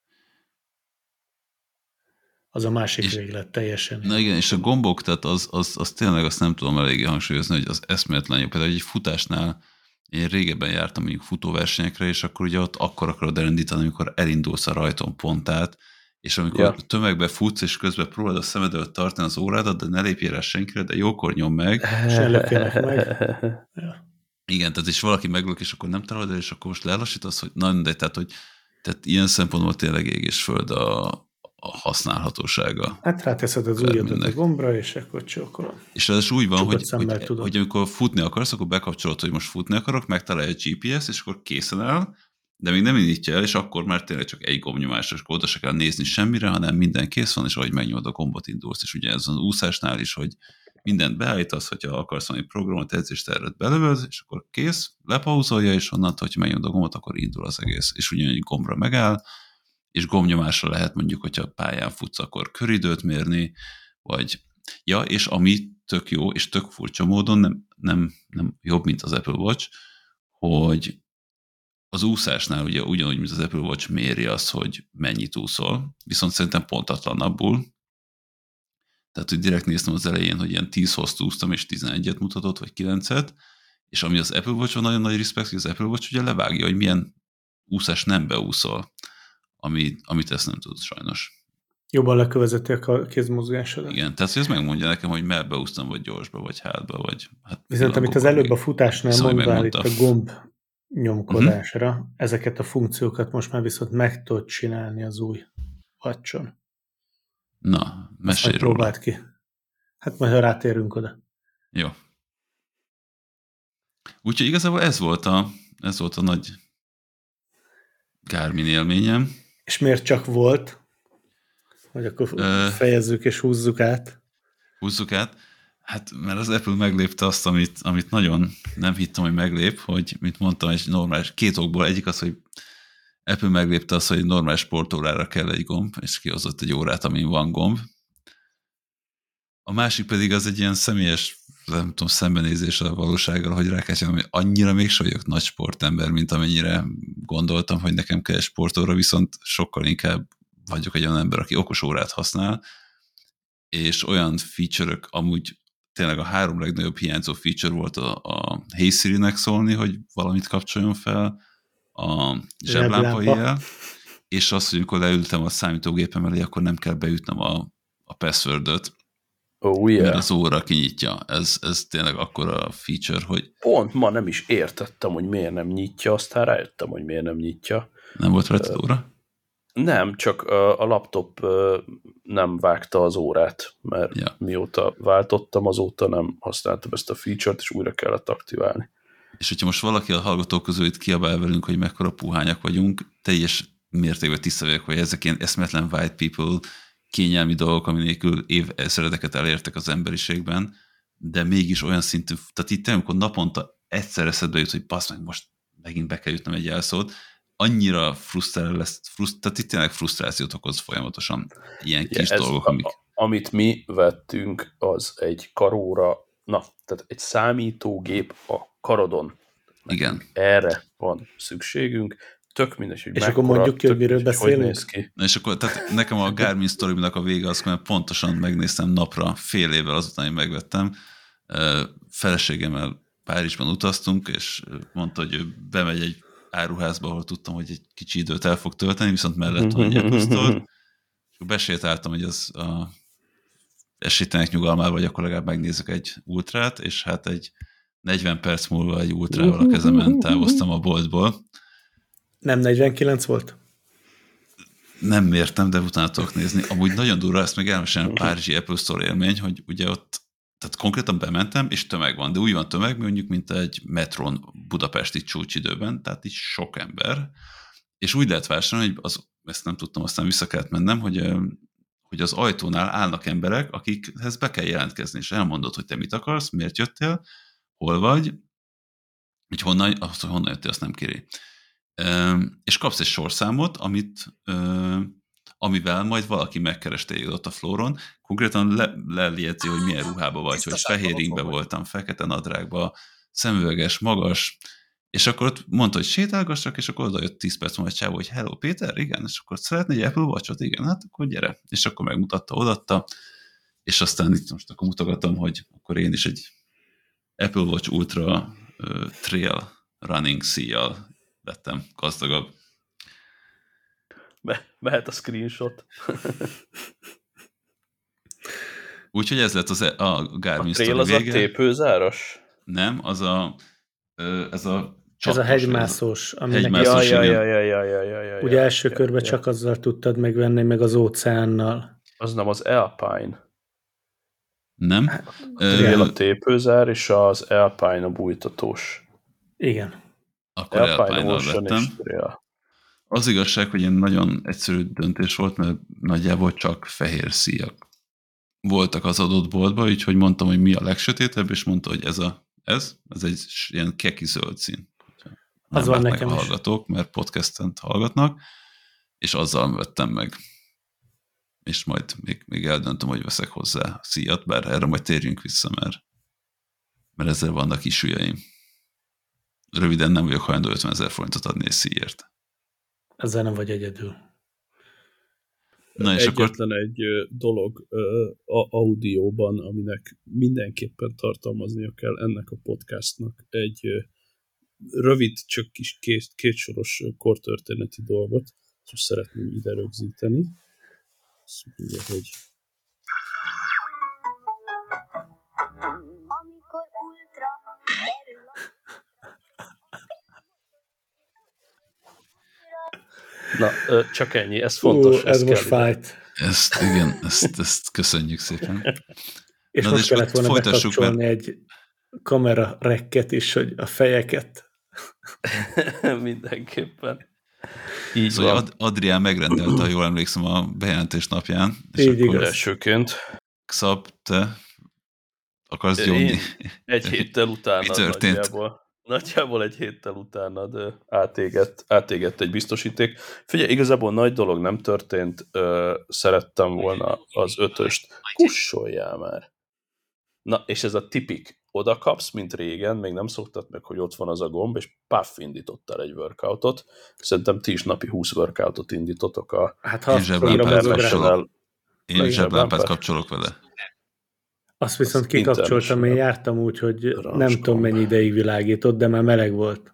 Az a másik és, véglet teljesen. Na igen, és a gombok, tehát az, az, az tényleg azt nem tudom eléggé hangsúlyozni, hogy az eszméletlen jó. Például egy futásnál én régebben jártam mondjuk futóversenyekre, és akkor ugye ott akkor akarod elindítani, amikor elindulsz a rajton pontát, és amikor ja. tömegbe futsz, és közben próbálod a szemed előtt tartani az órádat, de ne lépjél rá senkire, de jókor nyom meg. És ellökjenek meg. Ja. Igen, tehát és valaki meglök, és akkor nem találod el, és akkor most lelassítasz, hogy na, de tehát, hogy tehát ilyen szempontból tényleg ég és föld a, a használhatósága. Hát ráteszed az ujjadat a gombra, és akkor csókolom. És ez úgy van, hogy, hogy, hogy amikor futni akarsz, akkor bekapcsolod, hogy most futni akarok, megtalálja a gé pé es, és akkor készen áll, de még nem indítja el, és akkor már tényleg csak egy gombnyomás, és oda se kell nézni semmire, hanem minden kész van, és ahogy megnyomod a gombot, indulsz. És ugye ez az úszásnál is, hogy mindent beállítasz, hogyha akarsz valami programot, edzéstervet belövöd, és akkor kész, lepauzolja, és onnantól, hogyha megnyomod a gombot, akkor indul az egész. És ugyanúgy gombra megáll, és gombnyomásra lehet mondjuk, hogyha pályán futsz, akkor köridőt mérni, vagy ja, és ami tök jó, és tök furcsa módon, nem, nem, nem jobb, mint az Apple Watch, hogy az úszásnál ugye ugyanúgy, mint az Apple Watch méri azt, hogy mennyit úszol, viszont szerintem pontatlanabbul. Tehát, hogy direkt néztem az elején, hogy ilyen tíz hozt úsztam, és tizenegyet mutatott, vagy kilencet, és ami az Apple Watch-on nagyon nagy respekt, hogy az Apple Watch ugye levágja, hogy milyen úszás nem beúszol, ami, amit ezt nem tud sajnos. Jobban lekövezeti a kézmozgásodat. Igen, tehát hogy ez megmondja nekem, hogy merbe úsztam, vagy gyorsba, vagy hátba, vagy... Hát viszont amit az előbb a futásnál mondvál itt a gomb nyomkodásra, uh-huh. ezeket a funkciókat most már viszont meg tudod csinálni az új Watch-on. Na, mesélj róla. Próbáld ki. Hát majd, ha rátérünk oda. Jó. Úgyhogy igazából ez volt a, ez volt a nagy Garmin élményem. És miért csak volt? Hogy akkor uh, fejezzük és húzzuk át. Húzzuk át. Hát, mert az Apple meglépte azt, amit, amit nagyon nem hittem, hogy meglép, hogy, mint mondtam, egy normális, két okból, egyik az, hogy Apple meglépte azt, hogy egy normális sportórára kell egy gomb, és kihozott egy órát, amin van gomb. A másik pedig az egy ilyen személyes, nem tudom, szembenézés a valósággal, hogy rákátsom, hogy annyira mégse vagyok nagy sportember, mint amennyire gondoltam, hogy nekem kell egy sportóra, viszont sokkal inkább vagyok egy olyan ember, aki okos órát használ, és olyan feature-ök, amúgy tényleg a három legnagyobb hiányzó feature volt a, a Hey Siri-nek szólni, hogy valamit kapcsoljon fel, a zseblámpa jel, és az, hogy amikor leültem a számítógépem elé, akkor nem kell beütnem a, a passwordöt, oh, yeah. mert az óra kinyitja. Ez, ez tényleg akkora feature, hogy... Pont ma nem is értettem, hogy miért nem nyitja, aztán rájöttem, hogy miért nem nyitja. Nem volt rajta uh, óra? Nem, csak a, a laptop uh, nem vágta az órát, mert ja. mióta váltottam, azóta nem használtam ezt a feature-t, és újra kellett aktiválni. És hogyha most valaki a hallgatók közül itt kiabál velünk, hogy mekkora puhányak vagyunk, teljes mértékben tiszta vagyok, hogy ezek ilyen eszmetlen white people kényelmi dolgok, ami nélkül évezredeket elértek az emberiségben, de mégis olyan szintű, tehát itt amikor naponta egyszer eszedbe jut, hogy bassz meg, most megint be kell jutnom egy jelszót, annyira frusztrál lesz, fruszt, tehát itt tényleg frusztrációt okoz folyamatosan ilyen Ugye kis ez dolgok, a, amik... amit mi vettünk, az egy karóra, na, tehát egy számítógép a karodon. Igen. Erre van szükségünk, tök mindegy, hogy és mekkora, akkor mondjuk ki, hogy miről mindegy, beszélünk? hogy néz ki. Na és akkor, tehát nekem a Garmin sztorinak a vége az, mert pontosan megnéztem napra, fél évvel azután, hogy megvettem. Feleségemmel Párizsban utaztunk, és mondta, hogy ő bemegy egy áruházba, ahol tudtam, hogy egy kicsi időt el fog tölteni, viszont mellett van egy Apple Store, és akkor besétáltam, hogy az a esélytelenek nyugalmával, vagy akkor legalább megnézzük egy ultrát, és hát egy negyven perc múlva egy ultrával a kezemen távoztam a boltból. Nem negyvenkilenc volt? Nem mértem, de utána tudok nézni. Amúgy nagyon durva, ezt meg elmesélem, a párizsi Apple Store élmény, hogy ugye ott, tehát konkrétan bementem, és tömeg van, de úgy van tömeg, mondjuk, mint egy metron budapesti csúcsidőben, tehát így sok ember, és úgy lehet vásárolni, hogy az, ezt nem tudtam, aztán vissza kellett mennem, hogy, hogy az ajtónál állnak emberek, akikhez be kell jelentkezni, és elmondod, hogy te mit akarsz, miért jöttél, hol vagy, hogy honnan, azt, hogy honnan jöttél, azt nem kéri. És kapsz egy sorszámot, amit, amivel majd valaki megkeres téged ott a flóron, konkrétan le, lejegyzi, hogy milyen ruhába vagy, hogy fehér ingbe voltam, fekete nadrágba, szemüveges, magas, és akkor ott mondta, hogy sétálgassak, és akkor oda jött tíz perc múlva egy csávó, hogy hello Péter, igen, és akkor szeretnél egy Apple Watch-ot? Igen, hát akkor gyere. És akkor megmutatta, odatta, és aztán itt most akkor mutogatom, hogy akkor én is egy Apple Watch Ultra uh, Trail Running C-jal lettem gazdagabb. Me- mehet a screenshot. Úgyhogy ez lett az, a Garmin a trail az vége. A tépőzáros? Nem, az a ez a Ez a hegymászós. Hegymászós, ja, igen. ja, ja, ja, ja, ja, ja, ugye ja, első ja, körben ja. csak azzal tudtad megvenni, meg az óceánnal. Az nem az Alpine. Nem? Trail a tépőzár, és az Alpine a bújtatós. Igen. Akkor Alpine Alpine-nal Ocean vettem. és Trail. Az igazság, hogy ilyen nagyon egyszerű döntés volt, mert nagyjából csak fehér szíjak voltak az adott boltban, úgyhogy mondtam, hogy mi a legsötétebb, és mondta, hogy ez a ez, ez egy ilyen keki zöld szín. Nem Az van látnak nekem a is. hallgatók, mert podcastent hallgatnak, és azzal vettem meg. És majd még, még eldöntöm, hogy veszek hozzá szíjat, bár erre majd térjünk vissza, mert, mert ezzel vannak isúlyaim. Röviden nem vagyok hajlandó ötvenezer forintot adni egy szíjért. Ezzel nem vagy egyedül. Na és Egyetlen akkor... egy dolog a audióban, aminek mindenképpen tartalmaznia kell ennek a podcastnak egy rövid, csak kis két, kétsoros kortörténeti dolgot, és szeretném ide rögzíteni. Azt mondja, hogy amikor ultra derül na, csak ennyi, ez fontos. Ú, ez most fájt. Ezt, igen, ezt, ezt köszönjük szépen. És Na, most kellett volna bekapcsolni mert... egy kamera rekket is, hogy a fejeket. Mindenképpen. Így szóval van. Ad- Adrián megrendelte, ha jól emlékszem, a bejelentés napján. És Így akkor igaz. Elsőként. Xab, te akarsz Én gyónni? egy héttel utána Mi történt? nagyjából, nagyjából egy héttel utánad átégett, átégett egy biztosíték. Figyelj, igazából nagy dolog nem történt, ö, szerettem volna az ötöst. Kussoljál már! Na, és ez a tipik, oda kapsz, mint régen, még nem szoktad meg, hogy ott van az a gomb, és paff, indítottál egy workoutot. Szerintem ti is napi húsz workoutot indítotok a... Hát ha Én azt zseblámpát programozod rá, kapcsolok. Én Meg zseblámpát zseblámpát. kapcsolok vele. azt viszont Az kikapcsoltam, én internet. jártam úgy, hogy Rancskom. nem tudom mennyi ideig világított, de már meleg volt.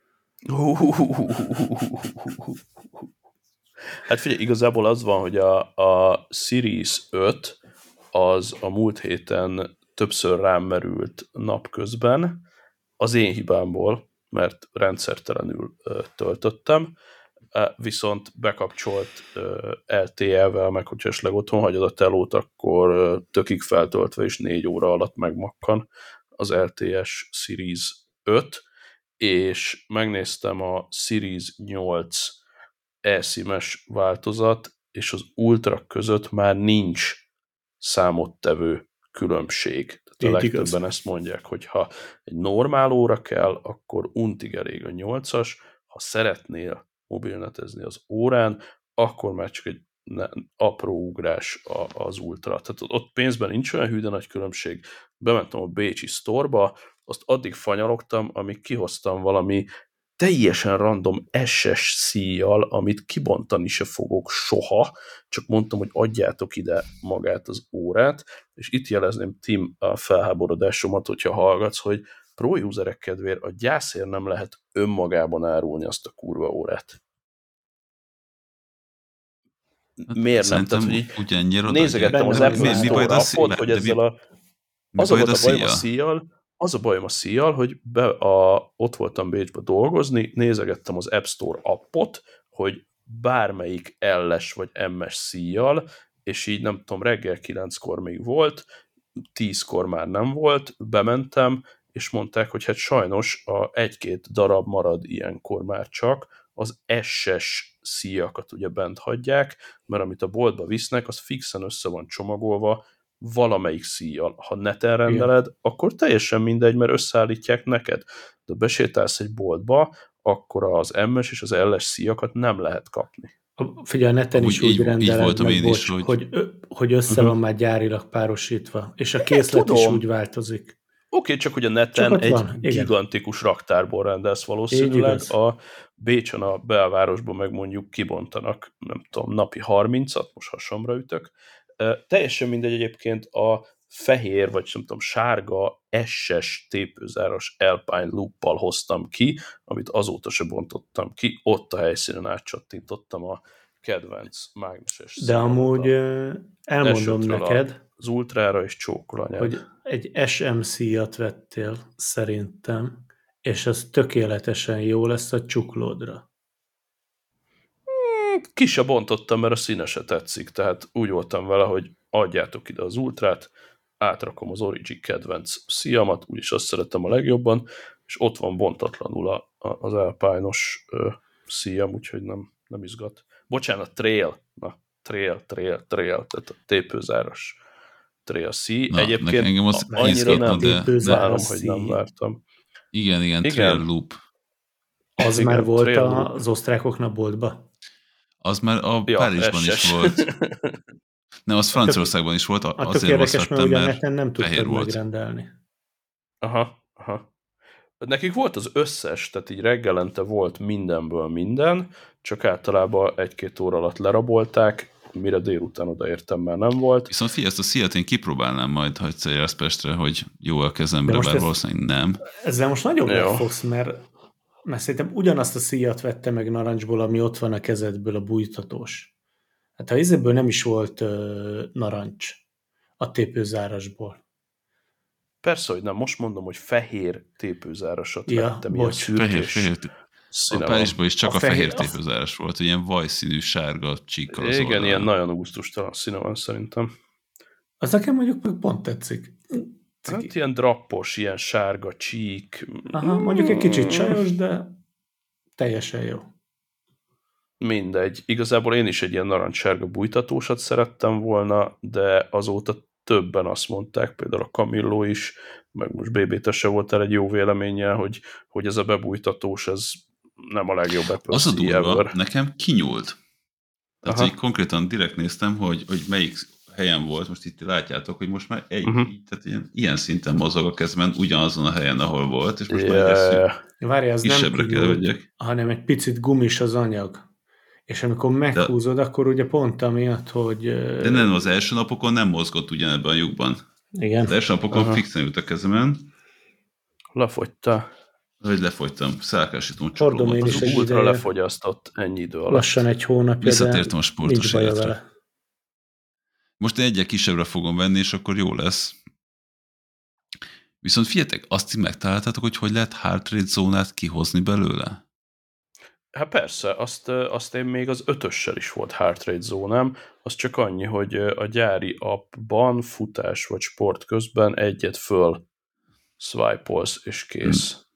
Hát figyelj, igazából az van, hogy a, a Series öt az a múlt héten többször rám merült napközben, az én hibámból, mert rendszertelenül ö, töltöttem, viszont bekapcsolt el té é-vel, meg hogyha esetleg otthon hagyod a telót, akkor ö, tökig feltöltve is négy óra alatt megmakkan az el té es Series öt, és megnéztem a Series nyolc eSIM-es változat, és az ultra között már nincs számottevő különbség. Tehát a legtöbben igaz. Ezt mondják, hogy ha egy normál óra kell, akkor untig elég a nyolcas, ha szeretnél mobilnetezni az órán, akkor már csak egy ne, apró ugrás az ultra. Tehát ott pénzben nincs olyan hű, de nagy különbség. Bementem a bécsi sztorba, azt addig fanyalogtam, amíg kihoztam valami teljesen random es es szíjjal, amit kibontani se fogok soha, csak mondtam, hogy adjátok ide magát az órát, és itt jelezném Tim a felháborodásomat, hogyha hallgatsz, hogy pro userek kedvéért a gyászért nem lehet önmagában árulni azt a kurva órát. Hát miért nem? Tehát, hogy nézegettem az Apple Store appot, hogy ezzel a... Az a volt a bajom a szíjjal, az a bajom a szíjjal, hogy be a, ott voltam Bécsbe dolgozni, nézegettem az App Store appot, hogy bármelyik el-es vagy em-es szíjjal, és így nem tudom, reggel kilenckor még volt, tízkor már nem volt, bementem, és mondták, hogy hát sajnos a egy-két darab marad ilyenkor már csak, az es es szíjakat ugye bent hagyják, mert amit a boltba visznek, az fixen össze van csomagolva valamelyik szíjjal. Ha neten rendeled, igen, akkor teljesen mindegy, mert összeállítják neked. De besétálsz egy boltba, akkor az em-es és az el-es szíjakat nem lehet kapni. Figyelj, neten is úgy, úgy rendeled meg, bocs, is, hogy... Hogy, hogy össze uh-huh. van már gyárilag párosítva, és a készlet is úgy változik. Oké, okay, csak hogy a neten egy van, gigantikus igen. raktárból rendelsz valószínűleg, a Bécsen a belvárosban meg mondjuk kibontanak, nem tudom, napi harmincat, most hasamra ütök. Uh, teljesen mindegy egyébként a fehér, vagy nem tudom, sárga es es tépőzáros Alpine Loop-pal hoztam ki, amit azóta se bontottam ki, ott a helyszínen átcsattintottam a kedvenc mágneses de amúgy elmondom neked, az ultrára és csókolanyát. Hogy egy es em szíjat vettél szerintem, és az tökéletesen jó lesz a csuklódra. Ki se bontottam, mert a színe se tetszik, tehát úgy voltam vele, hogy adjátok ide az ultrát, átrakom az Origi kedvenc szíjamat, úgyis azt szeretem a legjobban, és ott van bontatlanul a, a, az Alpine-os ö, szíjam, úgyhogy nem, nem izgat. Bocsánat, trail, na, trail, trail, trail, tehát a tépőzáros trail szí. Na, egyébként engem az annyira nem de, várom, hogy nem vártam. Igen, igen, igen. Trail loop. Az igen, már volt a, az osztrákoknak boltba? Az már a ja, Párizsban is volt. Nem, az Franciaországban is volt, azért tök érdekes, mert ugye neten nem tudtad megrendelni. Aha, aha. Nekik volt az összes, tehát így reggelente volt mindenből minden, csak általában egy-két óra alatt lerabolták, mire délután odaértem, már nem volt. Viszont figyelj, ezt a szíjat én kipróbálnám majd, ha egyszer jársz Pestre, hogy jó a kezemre, bár ez, valószínűleg nem. Ezzel most nagyon megfogsz, mert, mert szerintem ugyanazt a szíjat vette meg narancsból, ami ott van a kezedből, a bújtatós. Hát ha izéből nem is volt uh, narancs a tépőzárasból. Persze, hogy nem. Most mondom, hogy fehér tépőzárasat ja, vettem. Ilyen fehér, fehér. A Párizsban is csak a, a fehér, fehér tépőzáras volt, ilyen vajszínű, sárga csíkkal az igen, oldalán. Ilyen nagyon gusztustalan színe van szerintem. Az nekem mondjuk pont tetszik. Ciki. Hát ilyen drappos, ilyen sárga csík. Aha, mondjuk egy kicsit sajos, de teljesen jó. Mindegy. Igazából én is egy ilyen narancssárga bújtatósat szerettem volna, de azóta többen azt mondták, például a Camillo is, meg most bé bé-te se volt el egy jó véleménnyel, hogy, hogy ez a bebújtatós, ez nem a legjobb Apple az a durva, ever. Nekem kinyúlt. Tehát, hogy konkrétan direkt néztem, hogy, hogy melyik helyen volt, most itt látjátok, hogy most már egy, uh-huh. így, tehát ilyen, ilyen szinten mozog a kezben, ugyanazon a helyen, ahol volt, és most yeah. már eszünk. Várj, az nem kinyúlt, hanem egy picit gumis az anyag. És amikor meghúzod, de, akkor ugye pont amiatt, hogy... De nem, az első napokon nem mozgott ugyanebben a lyukban. Igen. Az első napokon Aha. fixen ült a kezemen. Lefogyta. Hogy lefogytam, szálkásítom csuklómat. Az ultra lefogyasztott ennyi idő alatt. Lassan egy hónapja, visszatértem a sportos életre. Most egyre kisebbre fogom venni, és akkor jó lesz. Viszont figyeljetek, azt így megtaláltátok, hogy hogy lehet heart rate zónát kihozni belőle? Hát persze, azt, azt én még az ötössel is volt heart rate zónám, az csak annyi, hogy a gyári appban futás vagy sport közben egyet föl swipe-olsz, és kész. Hmm.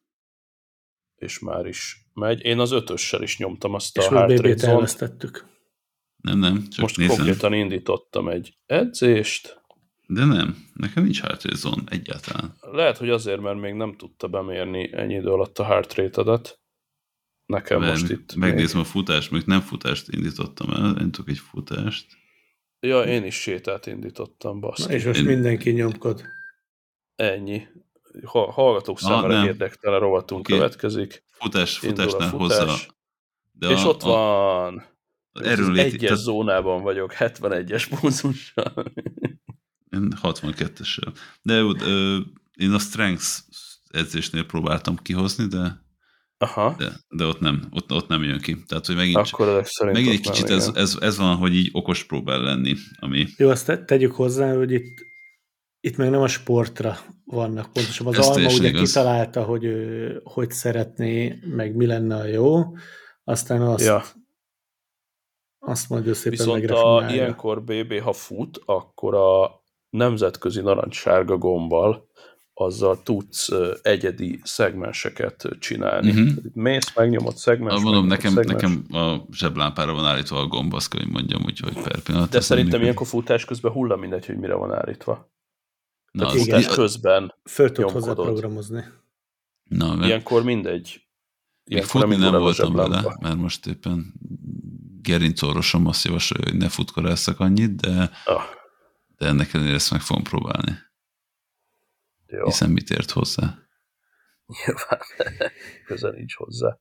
És már is megy. Én az ötössel is nyomtam azt és a heart rate zónát. elvesztettük. Nem, nem, csak Most nézem. konkrétan indítottam egy edzést. De nem, nekem nincs heart rate zone egyáltalán. Lehet, hogy azért, mert még nem tudta bemérni ennyi idő alatt a heart rate-adat. Nekem Mert most itt megnézem még... a futást, még nem futást indítottam el, én tudok egy futást. Ja, én is sétát indítottam, Na, baszki. és most Én- mindenki nyomkod. Ennyi. Ha, hallgatók Ah, számára nem. érdektelen rovatunk Oké. következik. Futás, Indul a futásnál futás. hozzá. De És a, ott a, van. az Az erőnléti, egyes tehát zónában vagyok, hetvenegyes pulzussal. én hatvankettessel. De ö, én a strength edzésnél próbáltam kihozni, de, Aha. de, de ott, nem, ott, ott nem jön ki. Tehát, hogy megint, Akkor ezek szerint megint egy ott nem, kicsit ez, igen. ez, ez van, hogy így okos próbál lenni, ami Jó, azt te- tegyük hozzá, hogy itt, itt meg nem a sportra vannak pontosabban. Az Ez Alma teljesen ugye igaz. kitalálta, hogy ő hogy szeretné, meg mi lenne a jó, aztán azt, Ja. azt majd ő szépen Viszont a, megreformálja. ilyenkor bé bé, ha fut, akkor a nemzetközi narancssárga gombbal azzal tudsz ö, egyedi szegmenseket csinálni. Mhm. Uh-huh. Mész, megnyomod szegmens, Ah, mondom, megnyomod nekem, szegmens. nekem a zseblámpára van állítva a gomb, azt kell, hogy mondjam, úgyhogy per pillanat. De ez szerintem nem ilyenkor futás közben hulla mindegy, hogy mire van állítva. Na, Tehát az, igen. futás közben Föl tud hozzá nyomkodod. programozni. na, mert Ilyenkor mindegy. még Ilyenkor futni indul nem el a voltam zseblámpa. vele, mert most éppen gerincorvosom azt javasolja, hogy ne futkorásszak annyit, de, Ah, de ennek ellenére ezt meg fogom próbálni. jó, Hiszen mit ért hozzá? nyilván köze nincs hozzá.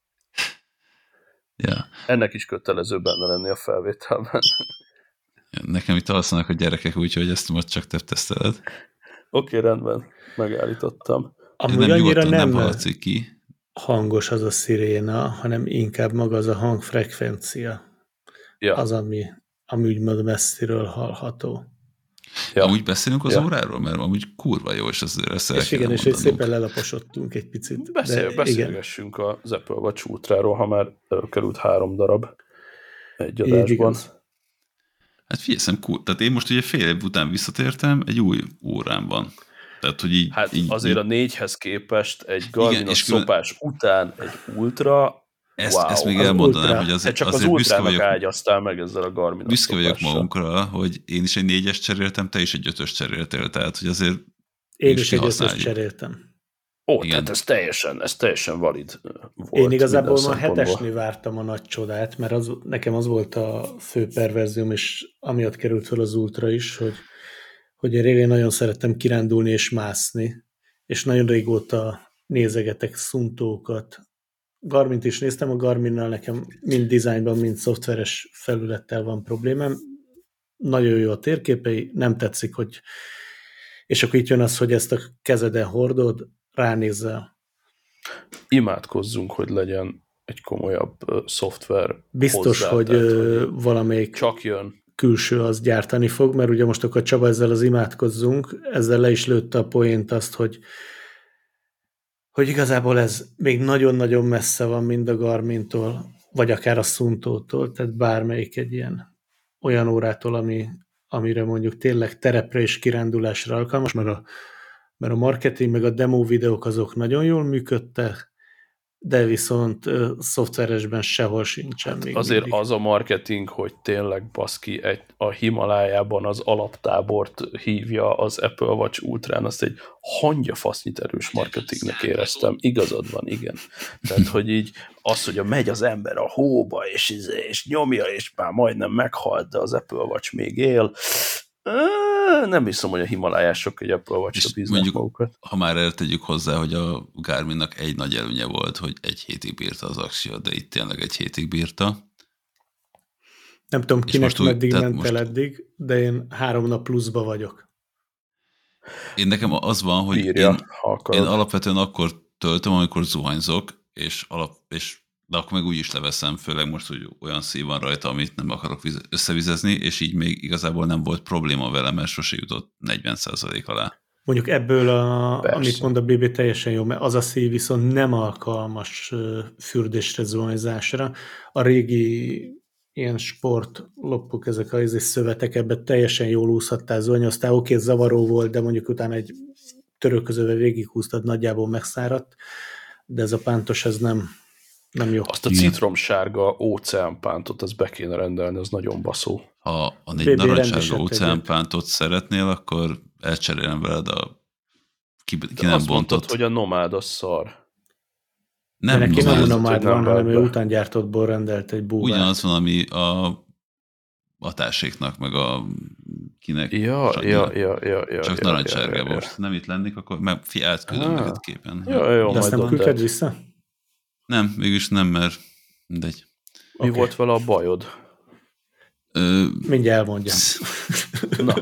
Ja. Ennek is kötelező benne lenni a felvételben. Nekem itt alszanak a gyerekek, úgyhogy ezt most csak te teszteled. Oké, okay, rendben, megállítottam. Amúgy nem, annyira nyugodtan, nem, nem hallatszik ki. hangos az a sziréna, hanem inkább maga az a hangfrekvencia. Ja, Az, ami, ami úgymond messziről hallható. ja. Amúgy beszélünk az Ja. óráról, mert amúgy kurva jó, és azért ezt el És igen, kéne és egy mondanunk. szépen lelaposodtunk egy picit. Beszél, de igen, beszélgessünk az Apple Watch Ultráról, ha már előkerült három darab egy így adásban. igaz. Hát figyelj, szem, cool. Tehát én most ugye fél év után visszatértem, egy új órám van. Tehát, hogy így... Hát így, azért így, a négyhez képest egy Garmin és a külön- szopás után egy Ultra, ezt, wow. ezt még az elmondanám, ultra. hogy Te azért, csak az azért büszke Ultrának vagyok, ágyaztál meg ezzel a Garmin büszke vagyok szopással. magunkra, hogy én is egy négyes cseréltem, te is egy ötös cseréltél, tehát, hogy azért Én is is egy ötös kihasználjuk. cseréltem. Ó, Igen. tehát ez teljesen, ez teljesen valid volt. Én igazából minden ma szempontból. hetesnél vártam a nagy csodát, mert az, nekem az volt a fő perverzióm, és amiatt került fel az Ultra is, hogy, hogy én régen nagyon szerettem kirándulni és mászni, és nagyon régóta nézegetek szuntókat. Garmint is néztem, a Garminnal nekem mind dizájnban, mind szoftveres felülettel van problémám. Nagyon jó a térképei, nem tetszik, hogy és akkor itt jön az, hogy ezt a kezeden hordod, ránézzel. Imádkozzunk, hogy legyen egy komolyabb uh, szoftver Biztos, hozzá, hogy, tehát, ö, hogy valamelyik csak jön. külső az gyártani fog, mert ugye most akkor Csaba ezzel az imádkozzunk, ezzel le is lőtte a poént azt, hogy hogy igazából ez még nagyon-nagyon messze van mind a Garmintól, vagy akár a Suntótól, tehát bármelyik egy ilyen olyan órától, ami, amire mondjuk tényleg terepre és kirándulásra alkalmas, mert a, mert a marketing, meg a demo videók azok nagyon jól működtek, de viszont uh, szoftveresben sehol sincsen még Azért mindig. az a marketing, hogy tényleg baszki egy, a Himalájában az alaptábort hívja az Apple Watch Ultrán, azt egy hangyafasznyit erős marketingnek éreztem. Igazad van, igen. Tehát, hogy így az, hogy a megy az ember a hóba, és, és nyomja, és már majdnem meghalt, de az Apple Watch még él. Nem hiszem, hogy a himalájások egy Apple Watch-ra És bíznak mondjuk, magukat. ha már eltegyük hozzá, hogy a Garminnak egy nagy előnye volt, hogy egy hétig bírta az Axia, de itt tényleg egy hétig bírta. Nem tudom, És kinek most úgy- meddig tehát ment el most- eddig, de én három nap pluszba vagyok. Én nekem az van, hogy Bírja, én, ha akarod. én alapvetően akkor töltöm, amikor zuhanyzok, és, alap, és de akkor meg úgy is leveszem, főleg most, hogy olyan szív van rajta, amit nem akarok vize- összevizezni, és így még igazából nem volt probléma vele, mert sose jutott negyven százalék alá. Mondjuk ebből, a, Persze. amit mond a bé bé, teljesen jó, mert az a szív viszont nem alkalmas ö, fürdésre, zuhanyzásra. A régi ilyen sportloppok, ezek a izé szövetek, ebben teljesen jól úszhattál, zuhanyoztál, oké, zavaró volt, de mondjuk utána egy törőközővel végighúztad, nagyjából megszáradt, de ez a pántos, ez nem, Nem jó. Azt a Igen. citromsárga óceánpántot, azt be kéne rendelni, az nagyon baszó. Ha bé egy bé narancsárga rendesebb óceánpántot szeretnél, akkor elcserélem veled a ki, ki De nem azt mondtad, bontott. hogy a nomád az szar. De neki nem nomád. nomád. nomád hogy nem van, hanem ő vált be. utángyártottból rendelt egy búvát. Ugyanaz van, ami a, a társéknak, meg a kinek. Ja, csak, ja, ja, ja, ja. csak ja, narancsárga ja, ja, most. Nem itt lennék, akkor meg fi, átküldöm Ah. neked képen. Ja, jó, De azt majd nem add küldted át. vissza? Nem, mégis nem, mert mindegy. Mi Oké. volt vele a bajod? Ö, Mindjárt elmondjam. Na,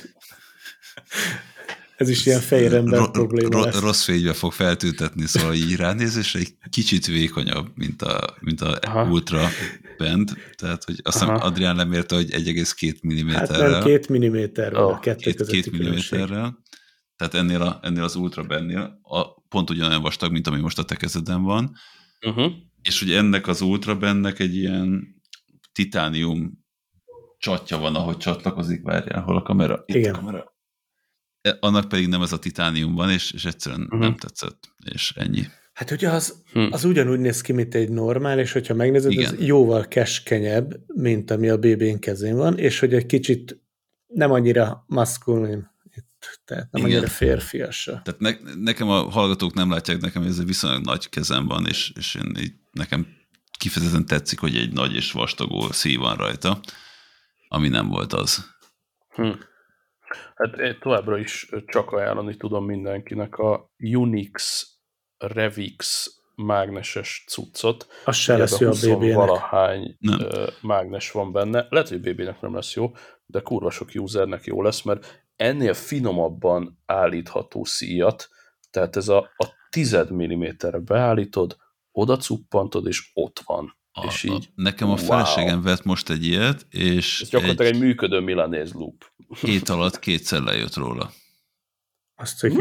Ez is ilyen fejrember ro- probléma ro- lesz. rossz fénybe fog feltűntetni, szóval így ránézésre egy kicsit vékonyabb, mint a, mint a Aha. Ultra Band, tehát hogy azt hiszem Aha. Adrián lemérte, hogy egy egész két Hát milliméterrel. nem, két milliméter van Ó, a kettő két, közötti két különbség. milliméterrel, tehát ennél, a, ennél az Ultra Bandnél a, pont ugyanolyan vastag, mint ami most a te kezeden van, uh-huh. és hogy ennek az Ultra Bandnek egy ilyen titánium csatja van, ahogy csatlakozik, várjál, hol a kamera? Itt Igen. a kamera. E, Annak pedig nem ez a titánium van, és, és egyszerűen Uh-huh. nem tetszett, és ennyi. Hát ugye az, Hm. az ugyanúgy néz ki, mint egy normál, és hogyha megnézed, Igen. ez jóval keskenyebb, mint ami a bé bén kezén van, és hogy egy kicsit nem annyira maszkulin itt, tehát nem Igen. annyira férfias. Tehát ne, nekem a hallgatók nem látják, nekem ez egy viszonylag nagy kezem van, és, és én így, nekem kifejezetten tetszik, hogy egy nagy és vastagó szív van rajta, ami nem volt az. Hm. Hát én továbbra is csak ajánlani tudom mindenkinek a Unix Revix mágneses cuccot. Az se lesz jó a bé bének. Valahány Nem. mágnes van benne. Lehet, hogy bé bének nem lesz jó, de kurva sok usernek jó lesz, mert ennél finomabban állítható szíjat, tehát ez a, a tized milliméterre beállítod, oda cuppantod, és ott van. A, és így, a, nekem a wow. feleségem vett most egy ilyet, és Ez gyakorlatilag egy, egy egy működő Milanese loop. hét alatt kétszer lejött róla. Azt ciki.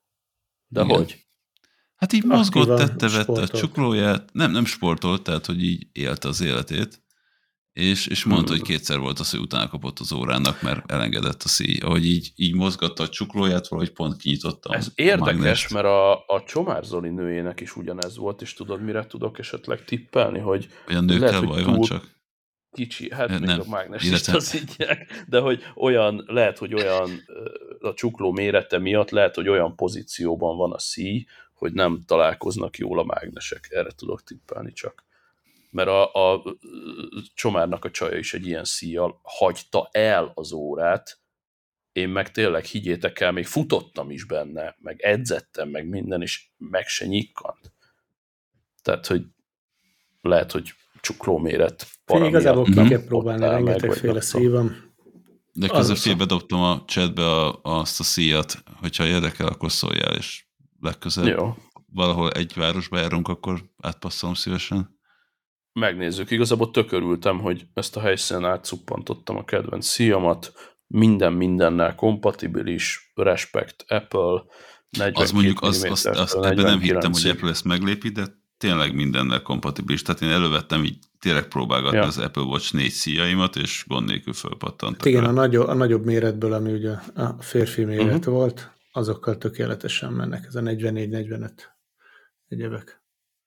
De Igen. hogy? Hát így mozgott, Aktívan tette, vette a sportolt. csuklóját, nem, nem sportolt, tehát hogy így élte az életét, és, és mondta, Hmm. hogy kétszer volt az, hogy utána kapott az órának, mert elengedett a szíj. Ahogy így, így mozgatta a csuklóját, valahogy pont kinyitotta. Ez a érdekes, mágnest. mert a, a Csomár Zoli nőjének is ugyanez volt, és tudod, mire tudok esetleg tippelni, hogy Olyan lehet, nőkkel hogy baj van túl- csak. kicsi, hát Nem, még a mágnes is illetve- taszítják, de hogy olyan, lehet, hogy olyan ö, a csukló mérete miatt lehet, hogy olyan pozícióban van a szíj, hogy nem találkoznak jól a mágnesek. Erre tudok tippelni csak. Mert a, a Csomárnak a csaja is egy ilyen szíjjal hagyta el az órát, én meg tényleg, higgyétek el, még futottam is benne, meg edzettem, meg minden, és meg se nyikkant. Tehát, hogy lehet, hogy csuklóméret. Figyelj, igazából ki Mhm. kell próbálni, Ott áll meg, rengetegféle vagy szív van. De Az közben az- félbedobtam a chatbe a, azt a szíjat, hogyha érdekel, akkor szóljál, és legközelebb Jó, valahol egy városba járunk, akkor átpasszolom szívesen. megnézzük. Igazából tök örültem, hogy ezt a helyszínen átcuppantottam a kedvenc szíjamat, minden mindennel kompatibilis, respect Apple, negyvenkét Az mondjuk, az, az, millimétertől az, ebben nem hittem, hogy negyvenkilencig. Apple ezt meglépi, de tényleg mindennel kompatibilis. Tehát én elővettem így tényleg próbálgatni Ja. az Apple Watch négy szíjaimat, és gond nélkül fölpattantak. Igen, rá. a, nagyobb, a nagyobb méretből, ami ugye a férfi méret Mhm. uh-huh. volt, azokkal tökéletesen mennek, ez a negyvennégy negyvenöt egyebek.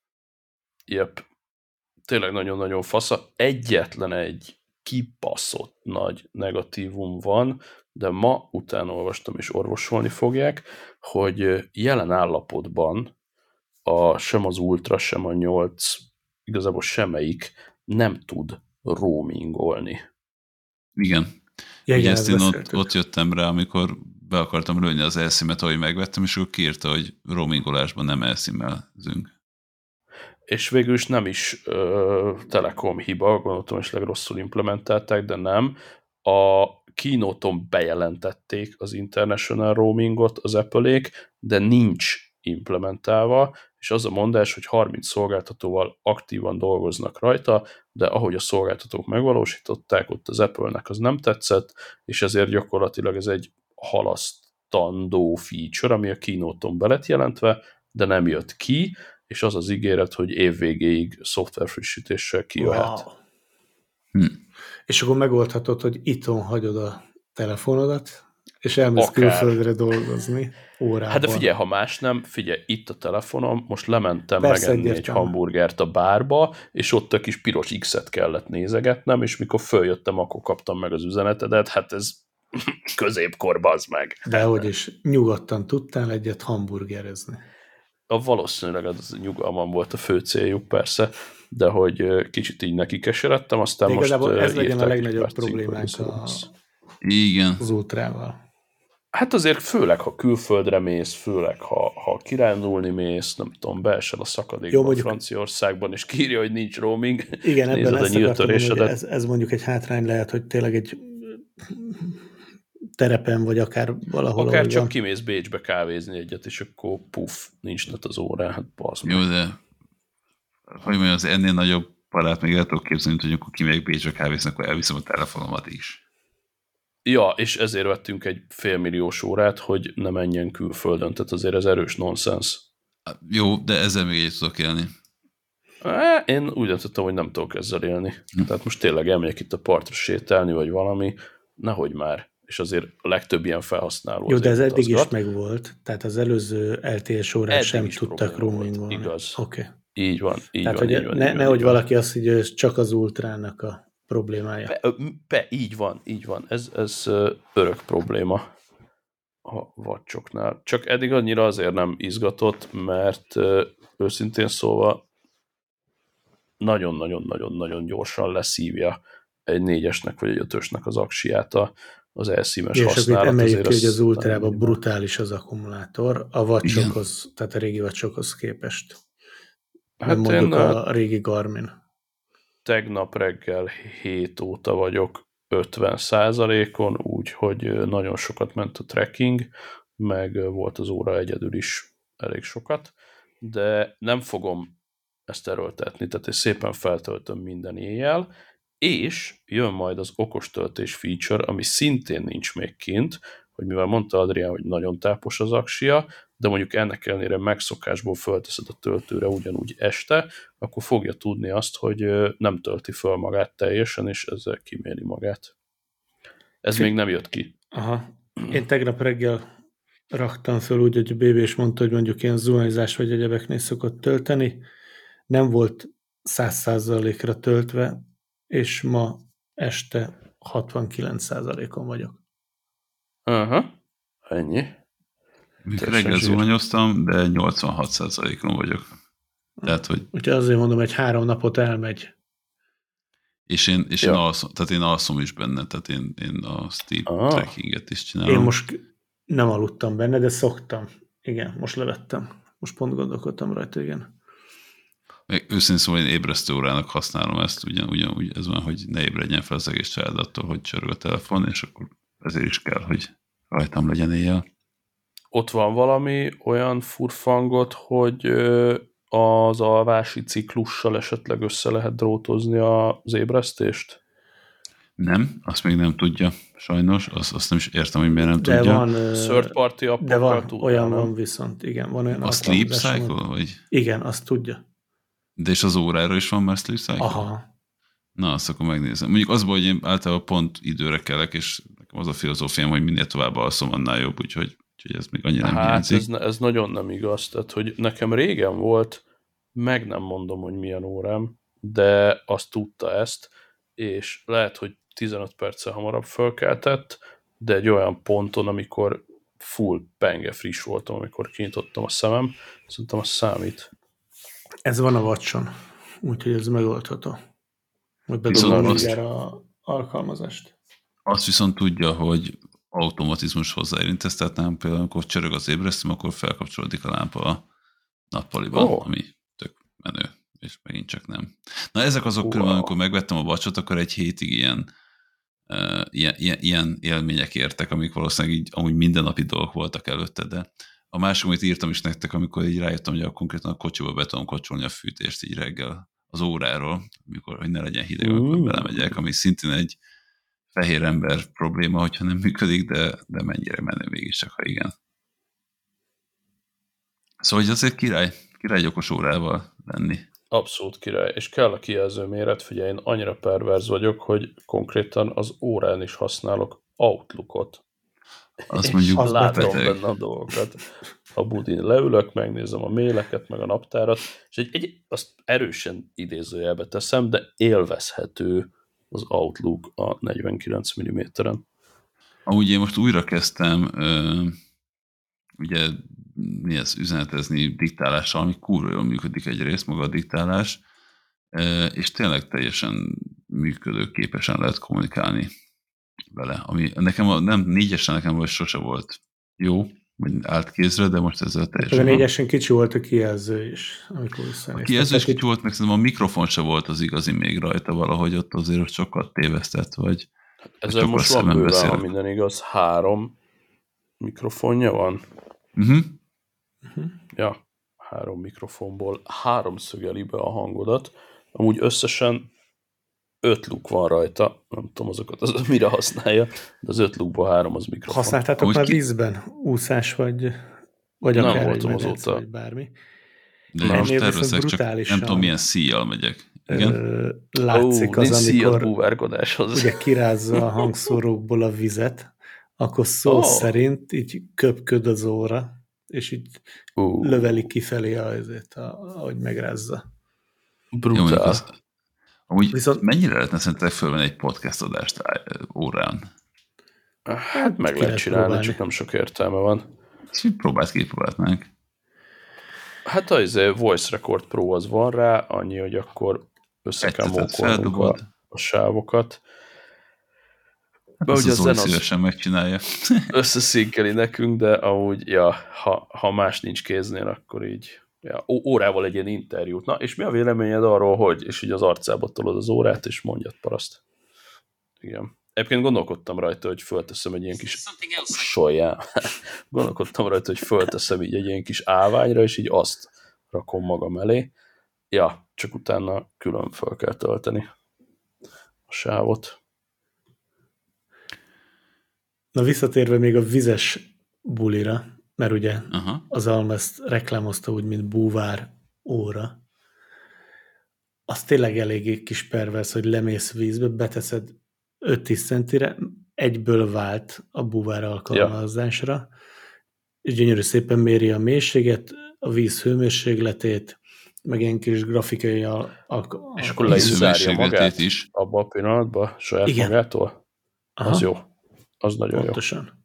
Jep. Tényleg nagyon-nagyon fasza. Egyetlen egy kibaszott nagy negatívum van, de ma utána olvastam és orvosolni fogják, hogy jelen állapotban a, sem az Ultra, sem a nyolc, igazából semmelyik nem tud roamingolni. Igen. Ja, Ugye igen, ezt ezt én ott, beszéltük. ott jöttem rá, amikor be akartam lőni az elszímet, ahogy megvettem, és akkor kiírta, hogy roamingolásban nem elszímelzünk. És végül is nem is ö, Telekom hiba, gondoltam, és legrosszul implementálták, de nem. A keynote-on bejelentették az international roamingot az Apple-ék, de nincs implementálva, és az a mondás, hogy harminc szolgáltatóval aktívan dolgoznak rajta, de ahogy a szolgáltatók megvalósították, ott az Apple-nek az nem tetszett, és ezért gyakorlatilag ez egy halasztandó feature, ami a keynote-on be lett jelentve, de nem jött ki, és az az ígéret, hogy év végéig szoftver frissítéssel kijöhet. Wow. Hm. És akkor megoldhatod, hogy itthon hagyod a telefonodat, És elmész Akár. külföldre dolgozni órában. Hát de figyelj, ha más nem, figyelj, itt a telefonom, most lementem Persze, megenni egy egyértelmű. hamburgert a bárba, és ott a kis piros X-et kellett nézegetnem, és mikor följöttem, akkor kaptam meg az üzenetedet, hát ez középkor, bazd meg. Dehogy is nyugodtan tudtál egyet hamburgerezni. A valószínűleg az nyugalmam volt a fő céljuk, persze, de hogy ö, kicsit így neki keseredtem, aztán De most igazából ö, ez legyen a írták egy legnagyobb pár cikkben, problémánk hogy a, ez- Igen. az ultrával. Hát azért főleg, ha külföldre mész, főleg, ha, ha kirándulni mész, nem tudom, beesel a szakadékba Jó, mondjuk- Franciaországban, és kiírja, hogy nincs roaming, Igen, ebben nézed a ezt akartam mondani, hogy nyíltörésedet. ez, ez mondjuk egy hátrány lehet, hogy tényleg egy terepen, vagy akár valahol. Akár ahol csak van. kimész Bécsbe kávézni egyet, és akkor puff, nincs net az órán, hát bazd meg. Jó, de hogy mondjam, az ennél nagyobb parát még el tudok képzelni, hogy amikor kimegyek Bécsbe kávézni, akkor elviszem a telefonomat is. Ja, és ezért vettünk egy félmilliós órát, hogy ne menjen külföldön, tehát azért ez erős nonsens. Hát, jó, de ezzel még egyet tudok élni. Á, én úgy döntöttem, hogy nem tudok ezzel élni. Hm. Tehát most tényleg elmegyek itt a partra sétálni, vagy valami, nehogy már. És azért a legtöbb ilyen felhasználó Jó, de ez azért eddig is utazgat. megvolt, tehát az előző el té es órát Eddig sem is tudtak probléma volt, roamingolni. igaz. Oké. Okay. Így van, így Tehát, van, hogy így van. ne, így van, nehogy így van. valaki azt higgye, hogy ez csak az ultrának a problémája. Be, ö, be, így van, így van. Ez, ez ö, örök probléma a vacsoknál. Csak eddig annyira azért nem izgatott, mert ö, őszintén szólva nagyon-nagyon-nagyon-nagyon gyorsan leszívja egy négyesnek vagy egy ötösnek az aksiát a, az elszímes És akkor itt használat. emeljük azért ki, hogy az az ultrában nem- brutális az akkumulátor a vacsokhoz, tehát a régi vacsokhoz képest. Hát Nem mondjuk én, a régi Garmin. tegnap reggel hét óta vagyok ötven százalékon, úgyhogy nagyon sokat ment a trekking, meg volt az óra egyedül is elég sokat, de nem fogom ezt erőltetni, tehát én szépen feltöltöm minden éjjel, és jön majd az okostöltés feature, ami szintén nincs még kint, hogy mivel mondta Adrián, hogy nagyon tápos az aksia, de mondjuk ennek ellenére megszokásból fölteszed a töltőre ugyanúgy este, akkor fogja tudni azt, hogy nem tölti föl magát teljesen, és ezzel kiméri magát. Ez még nem jött ki. Aha. Én tegnap reggel raktam föl úgy, hogy a bé bé is mondta, hogy mondjuk ilyen zuhanyzás vagy egyebeknél szokott tölteni. Nem volt száz százalékra töltve, és ma este hatvankilenc százalékon vagyok. Aha, ennyi. Még Teljesen reggel zsír. zuhanyoztam, de nyolcvanhat százalékon vagyok. Tehát, hogy Úgyhogy azért mondom, hogy három napot elmegy. és én, és én, Ja. alszom, tehát én alszom is benne, tehát én, én a Steep Ah. trackinget is csinálom. Én most nem aludtam benne, de szoktam. Igen, most levettem. Most pont gondolkodtam rajta, igen. Meg őszintén szóval én ébresztő órának használom ezt, ugyan, ugyanúgy ez van, hogy ne ébredjen fel az egész család attól, hogy csörög a telefon, és akkor ezért is kell, hogy rajtam legyen éjjel. Ott van valami olyan furfangot, hogy ö, az alvási ciklussal esetleg össze lehet drótozni az ébresztést? Nem, azt még nem tudja, sajnos, azt, azt nem is értem, hogy miért nem De tudja. van, ö, Third party de appokkal van, tudná, olyan nem? van viszont, igen, van olyan A Sleep alkalmazás, Cycle, ami- vagy? Igen, azt tudja. De és az órára is van már Sleep Cycle? Aha. Na, azt akkor megnézem. Mondjuk az, hogy én általában pont időre kelek, és nekem az a filozófiám, hogy minél tovább alszom, annál jobb, úgyhogy, úgyhogy ez még annyira nem Hát hiányzik. ez, ez nagyon nem igaz, tehát hogy nekem régen volt, meg nem mondom, hogy milyen órám, de azt tudta ezt, és lehet, hogy tizenöt perccel hamarabb fölkeltett, de egy olyan ponton, amikor full penge friss voltam, amikor kinyitottam a szemem, szerintem az számít. Ez van a Watson, úgyhogy ez megoldható. Hogy Viszont bedobom azt- mindjárt a alkalmazást. Azt viszont tudja, hogy automatizmus hozzáérintesz, tehát nem például, amikor csörög az ébresztőm, akkor felkapcsolódik a lámpa a nappaliban, Oh. ami tök menő, és megint csak nem. Na ezek azok Wow. körülbelül, amikor megvettem a Watchot, akkor egy hétig ilyen, uh, ilyen, ilyen, ilyen élmények értek, amik valószínűleg így amúgy mindennapi dolgok voltak előtte, de a másik, amit írtam is nektek, amikor így rájöttem, hogy a konkrétan a kocsiba be tudom kapcsolni a fűtést így reggel az óráról, amikor, hogy ne legyen hideg, amikor Mm. belemegyek, ami szintén egy fehér ember probléma, hogyha nem működik, de, de mennyire menő mégiscsak, ha igen. Szóval hogy azért király, király egy okos órával lenni. Abszolút király, és kell a kijelző méret, figyelj, én annyira perverz vagyok, hogy konkrétan az órán is használok Outlookot. azt mondjuk az látom beteg. benne a dolgokat. A budin leülök, megnézem a méleket, meg a naptárat, és egy, egy azt erősen idézőjelbe teszem, de élvezhető az Outlook a negyvenkilenc milliméteren. Amúgy én most újra kezdtem ö, ugye mi ez, üzenetezni diktálással, ami kurva jól működik egyrészt, maga a diktálás, ö, és tényleg teljesen működőképesen lehet kommunikálni vele. Ami nekem a, nem négyesen nekem vagy sose volt jó, vagy állt kézre, de most ezzel A teljesen. négyesen kicsi volt a kijelző is, amikor visszanéztem. A kijelző is kicsi volt, meg szerintem a mikrofon se volt az igazi még rajta valahogy, ott azért sokat tévesztett, vagy Ezzel most van bőven, beszélek. Ha minden igaz, három mikrofonja van. Uh-huh. Uh-huh. Ja, három mikrofonból három szögeli be a hangodat. Amúgy összesen öt luk van rajta. Nem tudom azokat, az mire használja, de az öt lukból három az mikrofon. Használtátok Amúgy már ki... vízben? Úszás, vagy, vagy nem akár voltam egy medence, azóta. vagy bármi? De én most Ennél tervezek, viszont csak nem brutálisan, tudom, milyen szíjjal megyek. Igen? Ö, látszik Ó, az, nincs szíjad amikor búvárkodáshoz. ugye kirázza a hangszórókból a vizet, akkor szó Oh. szerint így köpköd az óra, és így Ó, löveli kifelé azért, ahogy megrázza. Jó, brutál. mondjuk az, amúgy Viszont- mennyire lehetne szerinted fölvenni egy podcast adást á- órán? Hát meg ki lehet lehet csinálni, próbálni. csak nem sok értelme van. És így próbált, kipróbáltnánk. Hát az Voice Record Pro az van rá, annyi, hogy akkor össze kell Egytetet mókolnunk a, feldobod. a sávokat. Hát Be, azt ugye az a Zoli zen az szívesen megcsinálja. összeszinkeli nekünk, de amúgy, ja, ha, ha más nincs kéznél, akkor így ja, ó- órával egy ilyen interjút. Na, és mi a véleményed arról, hogy? És így az arcába tolod az órát, és mondjad, paraszt. Igen. Egyébként gondolkodtam rajta, hogy fölteszem egy ilyen kis soljá. Gondolkodtam rajta, hogy fölteszem így egy ilyen kis állványra, és így azt rakom magam elé. Ja, csak utána külön fel kell tölteni a sávot. Na visszatérve még a vizes bulira, mert ugye Aha. az Alma ezt reklámozta úgy, mint búvár óra. Az tényleg eléggé kis pervers, hogy lemész vízbe, beteszed öt-tíz centire, egyből vált a búvár alkalmazásra, ja. És gyönyörű szépen méri a mélységet, a víz hőmérsékletét, meg ilyen kis grafikai al- al- És akkor le is zárja Hőmérsékletét magát is. abban a pillanatban, saját Igen. magától. Aha, Az jó. Az nagyon pontosan. jó.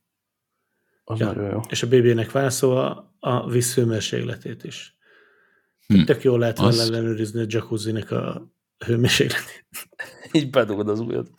Az Ja. nagyon jó. És a bé bének válaszol a víz hőmérsékletét is. Hm. Tök jól lehet Az- vele ellenőrizni a jacuzzinek a hőmérsékletét. Így bedugod az ujjad.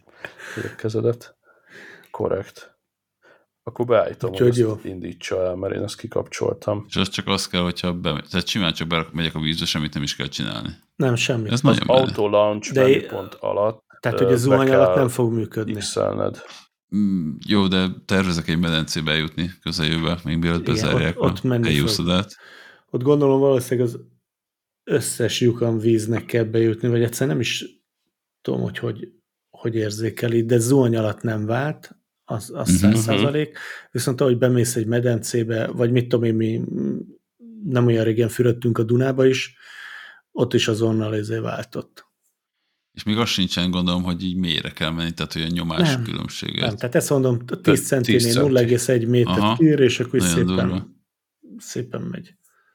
A kezedet. Korrekt. Akkor beállítom, hogy Úgyhogy ezt jó. indítsa el, mert én ezt kikapcsoltam. És az csak az kell, hogyha be, tehát simán csak bemegyek a vízbe, semmit nem is kell csinálni. Nem, semmi. Ez Az nagyon menő. Auto Launch De- menüpont alatt Tehát, hogy a ö, zuhany be alatt kell nem fog működni. X-elned. Mm, Jó, de tervezek egy medencébe eljutni közeljövőbe, még mielőtt Igen, bezárják ott- ott a menni helyi fog. úszodát. Ott gondolom valószínűleg az összes lyukan víznek kell bejutni, vagy egyszer nem is tudom, hogy hogy, hogy érzékeli, de zuhany alatt nem vált, az, az Mhm. száz százalék, viszont ahogy bemész egy medencébe, vagy mit tudom én, mi nem olyan régen fürödtünk a Dunába is, ott is azonnal ezért váltott. És még az sincsen, gondolom, hogy így mélyre kell menni, tehát olyan nyomás Nem, különbséget. Nem, tehát ezt mondom, tíz tíz centinél centi. nulla egész egy métert Aha. ír, és akkor Nagyon durva. szépen, szépen megy.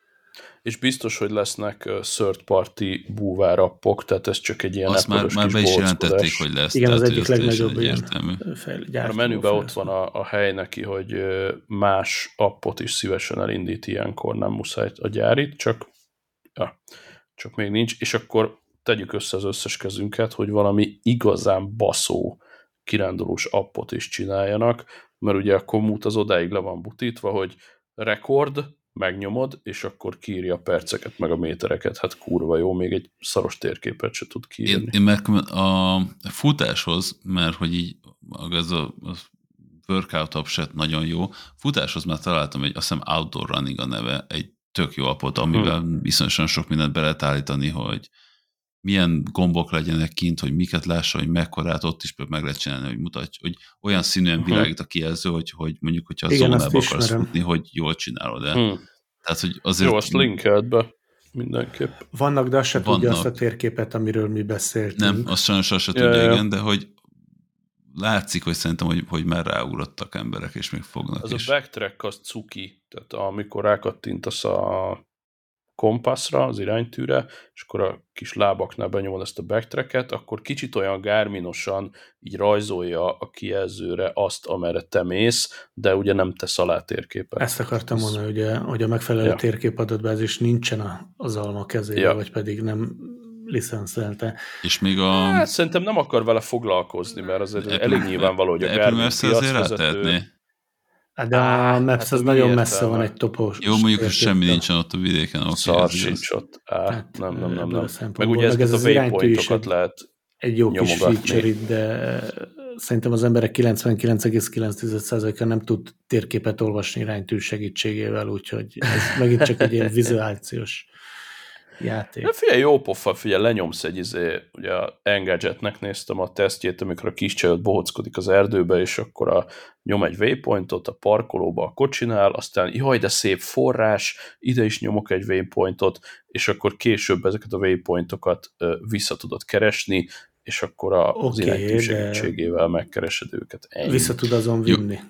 És biztos, hogy lesznek ö, third party búvárappok, tehát ez csak egy ilyen Azt már, Apple-ös már kis be is bolckodás. jelentették, hogy lesz. Igen, az tehát, egyik hogy ez legnagyobb teljesen ilyen egyértelmű. fejl- A gyártó menüben ott fejlesztő. van a, a hely neki, hogy ö, más appot is szívesen elindít ilyenkor, nem muszáj a gyárit, csak, ja, csak még nincs, és akkor tegyük össze az összes kezünket, hogy valami igazán baszó kirándulós appot is csináljanak, mert ugye a Komoot az odáig le van butítva, hogy rekord, megnyomod, és akkor kiírja a perceket, meg a métereket. Hát kurva jó, még egy szaros térképet se tud kiírni. Én, én mert a futáshoz, mert hogy így ez a, a workout app se nagyon jó, futáshoz már találtam egy, azt hiszem Outdoor Running a neve, egy tök jó appot, amivel hmm. viszonylag sok mindent be lehet állítani, hogy milyen gombok legyenek kint, hogy miket lássa, hogy mekkorát, ott is meg lehet csinálni, hogy mutatja, hogy olyan színűen Uh-huh. világít a kijelző, hogy, hogy mondjuk, hogyha a Igen, zónába azt akarsz ismerem. futni, hogy jól csinálod el. Hmm. Tehát, hogy azért... Jó, azt linkeld be mindenképp. Vannak, de azt se Vannak. tudja azt a térképet, amiről mi beszéltünk. Nem, azt sajnos azt se Ja, tudja, ja. igen, de hogy látszik, hogy szerintem, hogy, hogy már ráugrottak emberek, és még fognak Az is. a backtrack az cuki, tehát amikor rákattintasz a kompasszra, az iránytűre, és akkor a kis lábaknál benyomod ezt a backtracket, akkor kicsit olyan gárminosan így rajzolja a kijelzőre azt, amerre te mész, de ugye nem tesz alá térképet. Ezt akartam Ez... mondani, hogy a, hogy a megfelelő Ja. térképadatbázis nincsen a, az alma kezében, Ja. vagy pedig nem licenszelte. És még a... Hát, szerintem nem akar vele foglalkozni, mert azért Apple- elég nyilvánvaló, hogy a Apple Garmin Maps-e azért piacvezető... rátehetné. Hát de a Á, Maps hát az mi nagyon értelme? messze van egy topós. Jó, mondjuk, hogy semmi térképpel. nincsen ott a vidéken. Okay, Szar ez igaz. sincs ott. Á, Tehát, nem, nem, nem, ebből nem. a szempontból. Meg ugye Meg ez ezeket az a iránytű is waypointokat egy- lehet Egy jó kis nyomogatni. feature itt, de szerintem az emberek kilencvenkilenc egész kilenc százaléka nem tud térképet olvasni iránytű segítségével, úgyhogy ez megint csak egy ilyen vizuációs játék. De figyelj, jó pofa, figyelj, lenyomsz egy izé, ugye a Engadgetnek néztem a tesztjét, amikor a kis csajod bohockodik az erdőbe, és akkor a, nyom egy waypointot a parkolóba a kocsinál, aztán jaj, de szép forrás, ide is nyomok egy waypointot, és akkor később ezeket a waypointokat ö, vissza tudod keresni, és akkor a, az Oké, iránytű de- segítségével megkeresed őket. Ennyi. Vissza tud azon Jó. vinni.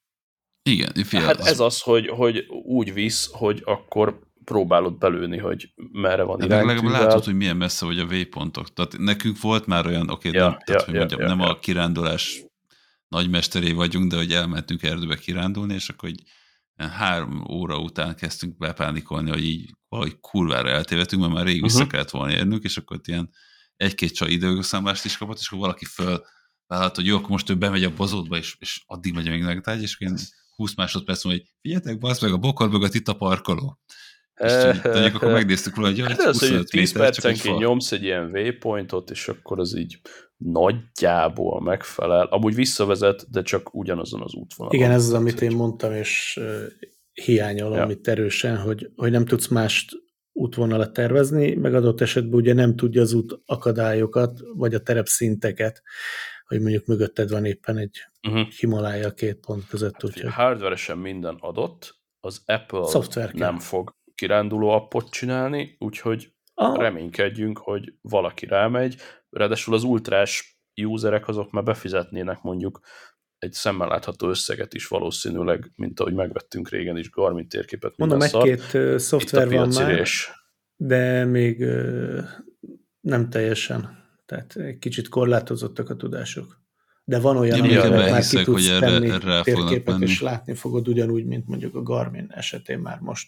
Igen, figyelj, Hát az- ez az, hogy, hogy úgy visz, hogy akkor próbálod belőni, hogy merre van de legalább iránytűvel. látod, hogy milyen messze vagy a waypontok. Tehát nekünk volt már olyan, oké, Ja, nem, tehát, ja, hogy ja, mondjam, ja, nem ja. a kirándulás nagymesteré vagyunk, de hogy elmentünk erdőbe kirándulni, és akkor így három óra után kezdtünk bepánikolni, hogy így valahogy kurvára eltévedtünk, mert már rég vissza Uh-huh. kellett volna érnünk, és akkor ott ilyen egy-két csaj időszámlást is kapott, és akkor valaki föl vállalt, hogy jó, akkor most ő bemegy a bozótba, és, és addig megy még megtágy, és akkor ilyen húsz másodperc mondja, hogy figyeljetek, bassz meg a bokor mögött itt a parkoló. És így, tudjuk, akkor megnéztük róla, hogy jaj, Hát az, hogy huszonöt tíz méter, csak egy percenként fal. nyomsz egy ilyen waypointot, és akkor az így nagyjából megfelel. Amúgy visszavezet, de csak ugyanazon az útvonalon. Igen, ez az, Tehát, amit hogy- én mondtam, és uh, hiányolom Ja. itt erősen, hogy, hogy nem tudsz mást útvonalat tervezni, meg adott esetben ugye nem tudja az út akadályokat, vagy a terepszinteket, hogy mondjuk mögötted van éppen egy Uh-huh. Himalája a két pont között, úgyhogy Hardware-esen minden adott, az Apple Szoftver kell. nem fog kiránduló appot csinálni, úgyhogy a, reménykedjünk, hogy valaki rámegy. Ráadásul az ultrás userek azok már befizetnének mondjuk egy szemmel látható összeget is valószínűleg, mint ahogy megvettünk régen is Garmin térképet. mondom, minden szart. egy-két uh, Itt a szoftver van már, piacirés. de még uh, nem teljesen. Tehát egy kicsit korlátozottak a tudások. De van olyan, Én amivel igen, már ki elhiszek, tudsz hogy erre- tenni erre rá fognak térképet, menni. és látni fogod ugyanúgy, mint mondjuk a Garmin esetén már most.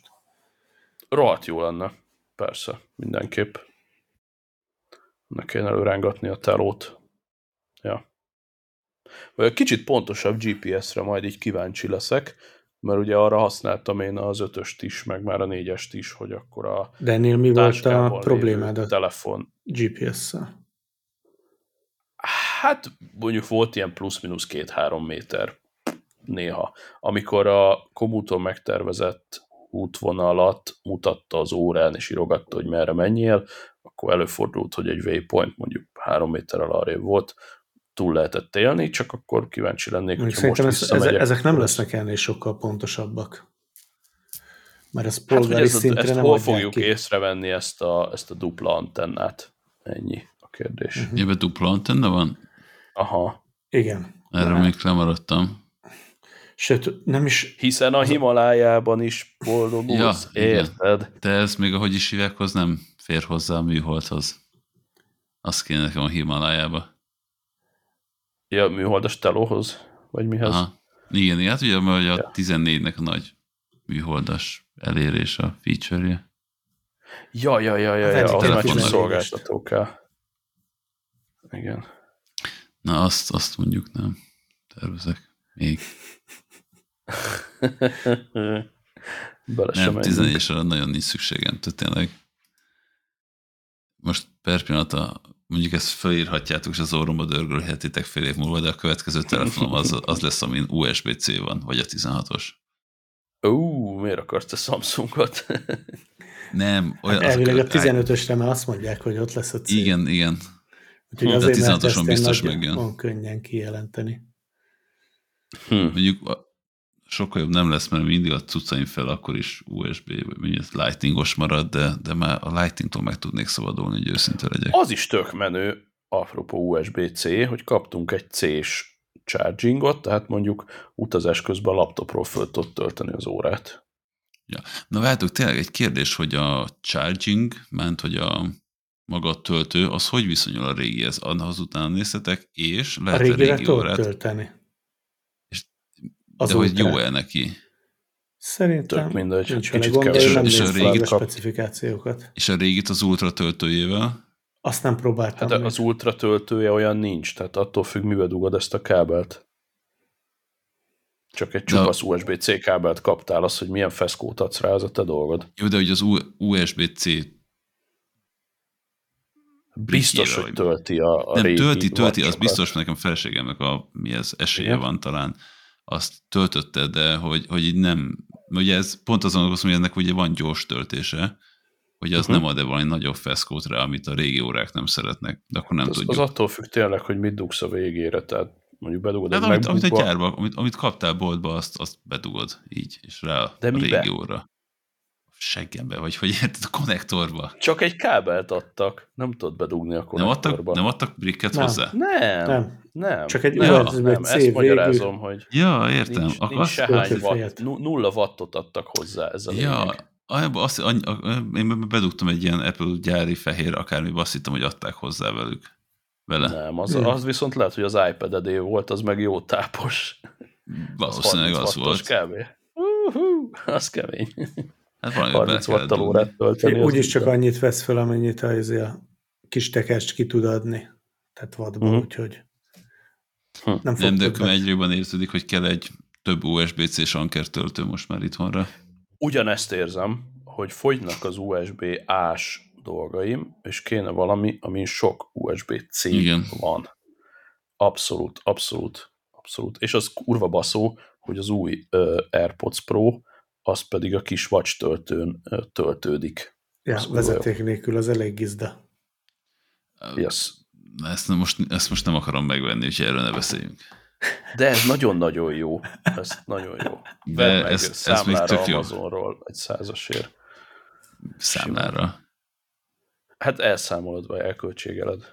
Rohadt jó lenne. Persze, mindenképp. Ne kéne előrángatni a telót. Ja. Vagy kicsit pontosabb gé pé es-re majd így kíváncsi leszek, mert ugye arra használtam én az ötöst is, meg már a négyest is, hogy akkor a De ennél mi volt a táskában problémád lévő a telefon. gé pé es-szel? Hát mondjuk volt ilyen plusz-minusz két-három méter néha. Amikor a Komúton megtervezett útvonalat mutatta az órán, és írogatta, hogy merre menjél, akkor előfordult, hogy egy waypoint mondjuk három méterrel arrébb volt, túl lehetett élni, csak akkor kíváncsi lennék, Mondjuk hogyha most szerintem ez, eze- visszamegyek. ezek nem akkor lesznek ennél sokkal pontosabbak. Mert ez Hát, hogy polgári ezt, szintre ezt nem hol adják fogjuk ki. észrevenni ezt a, ezt a dupla antennát? Ennyi a kérdés. Mhm. Uh-huh. Ebben dupla antenna van? Aha. Igen. Erről Lehet. még lemaradtam. Sőt, nem is... Hiszen a Himalájában is boldogulsz, Ja, igen. érted? De ez még, ahogy is hívják, az nem fér hozzá a műholdhoz. Azt kéne nekem a Himalájába. Ja, műholdas telóhoz? Vagy mihez? Aha. Igen, igen, hát ugye mert a Ja. tizennégynek a nagy műholdas elérés a feature-je. Ja, ja, ja, ja, Az ja, egyik az már csak telefonnak. szolgáltató kell. Igen. Na, azt, azt mondjuk nem tervezek. Még. Bele sem Nem, menjünk. tizennégyesre nagyon nincs szükségem, tehát tényleg. Most per pillanat, a, mondjuk ezt felírhatjátok, és az orromba dörgölhetitek fél év múlva, de a következő telefonom az, az lesz, amin u es bé cé van, vagy a tizenhatos. Ó, miért akarsz te Samsungot? Nem, olyan... Hát elvileg a azok- tizenötösre már azt mondják, hogy ott lesz a cég. Igen, igen. Úgyhogy de a azért, mert tizenhatoson ezt biztos nagy- megjön. van könnyen kijelenteni. Hm. Mondjuk a- sokkal jobb nem lesz, mert mindig a cuccaim fel akkor is u es bé, vagy mondjuk lightningos marad, de, de már a lightningtól meg tudnék szabadulni, hogy őszinte legyek. Az is tök menő, apropó u es bé cé, hogy kaptunk egy C-s chargingot, tehát mondjuk utazás közben a laptopról föl tudod tölteni az órát. Ja. Na várjátok, tényleg egy kérdés, hogy a charging, ment, hogy a maga a töltő, az hogy viszonyul a régihez? Az utána néztetek, és A lehet a régire régi tudod órát, tölteni. és, Az de hogy ultrát. jó-e neki? Szerintem Tök mindegy, nincs vele kicsit gond, de kevesebb. én nem És a néztem régit a kap. specifikációkat. És a régit az ultra töltőjével? Azt nem próbáltam Hát még. az ultra töltője olyan nincs, tehát attól függ, mivel dugod ezt a kábelt. Csak egy csupasz u es bé cé kábelt kaptál, az, hogy milyen feszkót adsz rá, az a te dolgod. Jó, de hogy az u es bé cé Biztos, hogy tölti a, a nem, régi tölti, tölti, az vacsokat. biztos, nekem feleségemnek a, mi ez, esélye Igen? van talán, azt töltötte, de hogy, hogy így nem, ugye ez pont azon gondolkozom, hogy ennek ugye van gyors töltése, hogy az Uh-huh. nem ad-e valami nagyobb feszkót rá, amit a régi órák nem szeretnek, de akkor nem az, tudjuk. az attól függ tényleg, hogy mit dugsz a végére, tehát mondjuk bedugod Hát egy amit, amit a MacBookba. gyárba, amit, amit kaptál boltba, azt, azt bedugod így, és rá De a mibe? régi óra. Seggembe, vagy hogy érted, a konnektorba. Csak egy kábelt adtak, nem tudod bedugni a Nem konnektorba. adtak, nem adtak bricket Nem. hozzá? Nem, Nem. nem. Csak egy nem, u es bé nem. C Ezt végű. magyarázom, hogy Ja, értem. nincs, Akkor nincs azt- se hány töltőfejet. watt, nu- nulla wattot adtak hozzá, ez a Ja, lényeg. abba azt, annyi, én bedugtam egy ilyen Apple gyári fehér akármibe, azt hittem, hogy adták hozzá velük. Vele. Nem, az, Hmm. az viszont lehet, hogy az iPad-edé volt, az meg jó tápos. Valószínűleg az harminc wattos volt. kb. Uh-huh, az kemény. Hát valami bele harminc kellett wattal dugni. órát tölteni. az Úgyis csak minden. annyit vesz fel, amennyit az a kis tekerst ki tud adni. Tehát wattból, Mhm. úgyhogy Hm. nem fog Nem, de többet. egyre jobban érződik, hogy kell egy több u es bé cés anker töltő most már itthonra. Ugyanezt érzem, hogy fogynak az u es bé A-s dolgaim, és kéne valami, amin sok u es bé C Igen. van. Abszolút, abszolút, abszolút. És az kurva baszó, hogy az új uh, AirPods Pro, az pedig a kis watch töltőn uh, töltődik. Ja, az vezeték nélkül az elég gizda. Yes. Ezt most, ezt most nem akarom megvenni, úgyhogy erről ne beszéljünk. De ez nagyon-nagyon jó. Ez nagyon jó. De Vedd meg ez- ez számlára még tök jó. Amazonról egy százasért. Számlára. Hát elszámolod, vagy elköltségeled.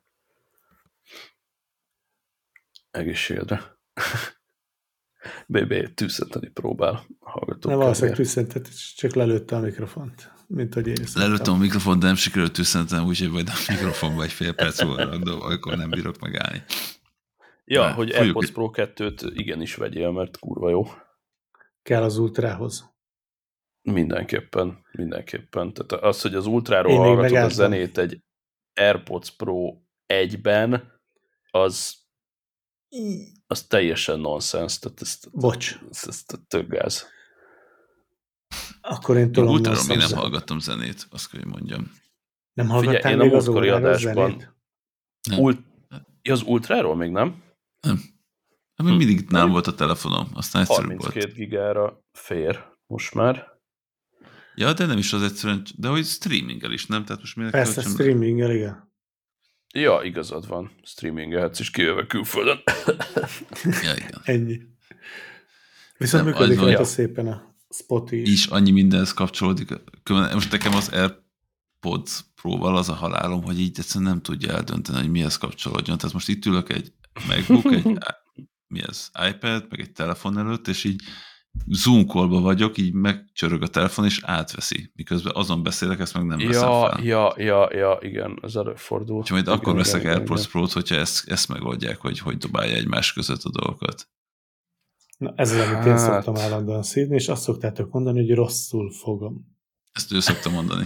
Egészségedre. bé bé tűzszenteni próbál. Hallgatók Nem valószínűleg kedvéért. tűzszentet, csak lelőtte a mikrofont. Mint hogy én Lelőttem a mikrofont, de nem sikerült tűzszentem, úgyhogy majd a mikrofonba egy fél perc múlva rakdom, akkor nem bírok megállni. Ja, Na, hogy fogjuk AirPods itt. Pro kettőt igenis vegyél, mert kurva jó. Kell az ultrához. Mindenképpen, mindenképpen. Tehát az, hogy az Ultráról Én még hallgatod a megálltam. zenét egy AirPods Pro egyben, az az teljesen nonsens. Tehát ez, Bocs. ez, ez, ez tök gáz. Akkor én Én tolom ultráról még nem nonsens-et. hallgattam zenét, azt kell, hogy mondjam. Nem Figyelj, hallgattál én a még az múltkori órára adásban- zenét? Nem. Ult, ja, az Ultráról még nem? Nem. Hát még mindig nem volt a telefonom, aztán egyszerűbb volt. harminckét gigára fér most már. Ja, de nem is az egyszerűen, de hogy streaminggel is, nem? Tehát most minek Persze, költsem- streaminggel, igen. Ja, igazad van. Streamingelhetsz is kijöve külföldön. Ja, igen. Ennyi. Viszont Nem, működik az rajta van. szépen a spot is. Is annyi mindenhez kapcsolódik. Külön- Most nekem az AirPods Pro-val az a halálom, hogy így egyszerűen nem tudja eldönteni, hogy mihez kapcsolódjon. Tehát most itt ülök egy MacBook, egy mi ez, iPad, meg egy telefon előtt, és így Zoom callba vagyok, így megcsörög a telefon, és átveszi. Miközben azon beszélek, ezt meg nem veszem Ja, fel. ja, ja, ja, igen, ez előfordul. Úgyhogy majd Igen, akkor igen, veszek igen, AirPods igen. Pro-t, hogyha ezt, ezt megoldják, hogy hogy dobálja egymás között a dolgokat. Na, ez az, amit én Hát. szoktam állandóan szídni, és azt szoktátok mondani, hogy rosszul fogom. Ezt ő szokta mondani.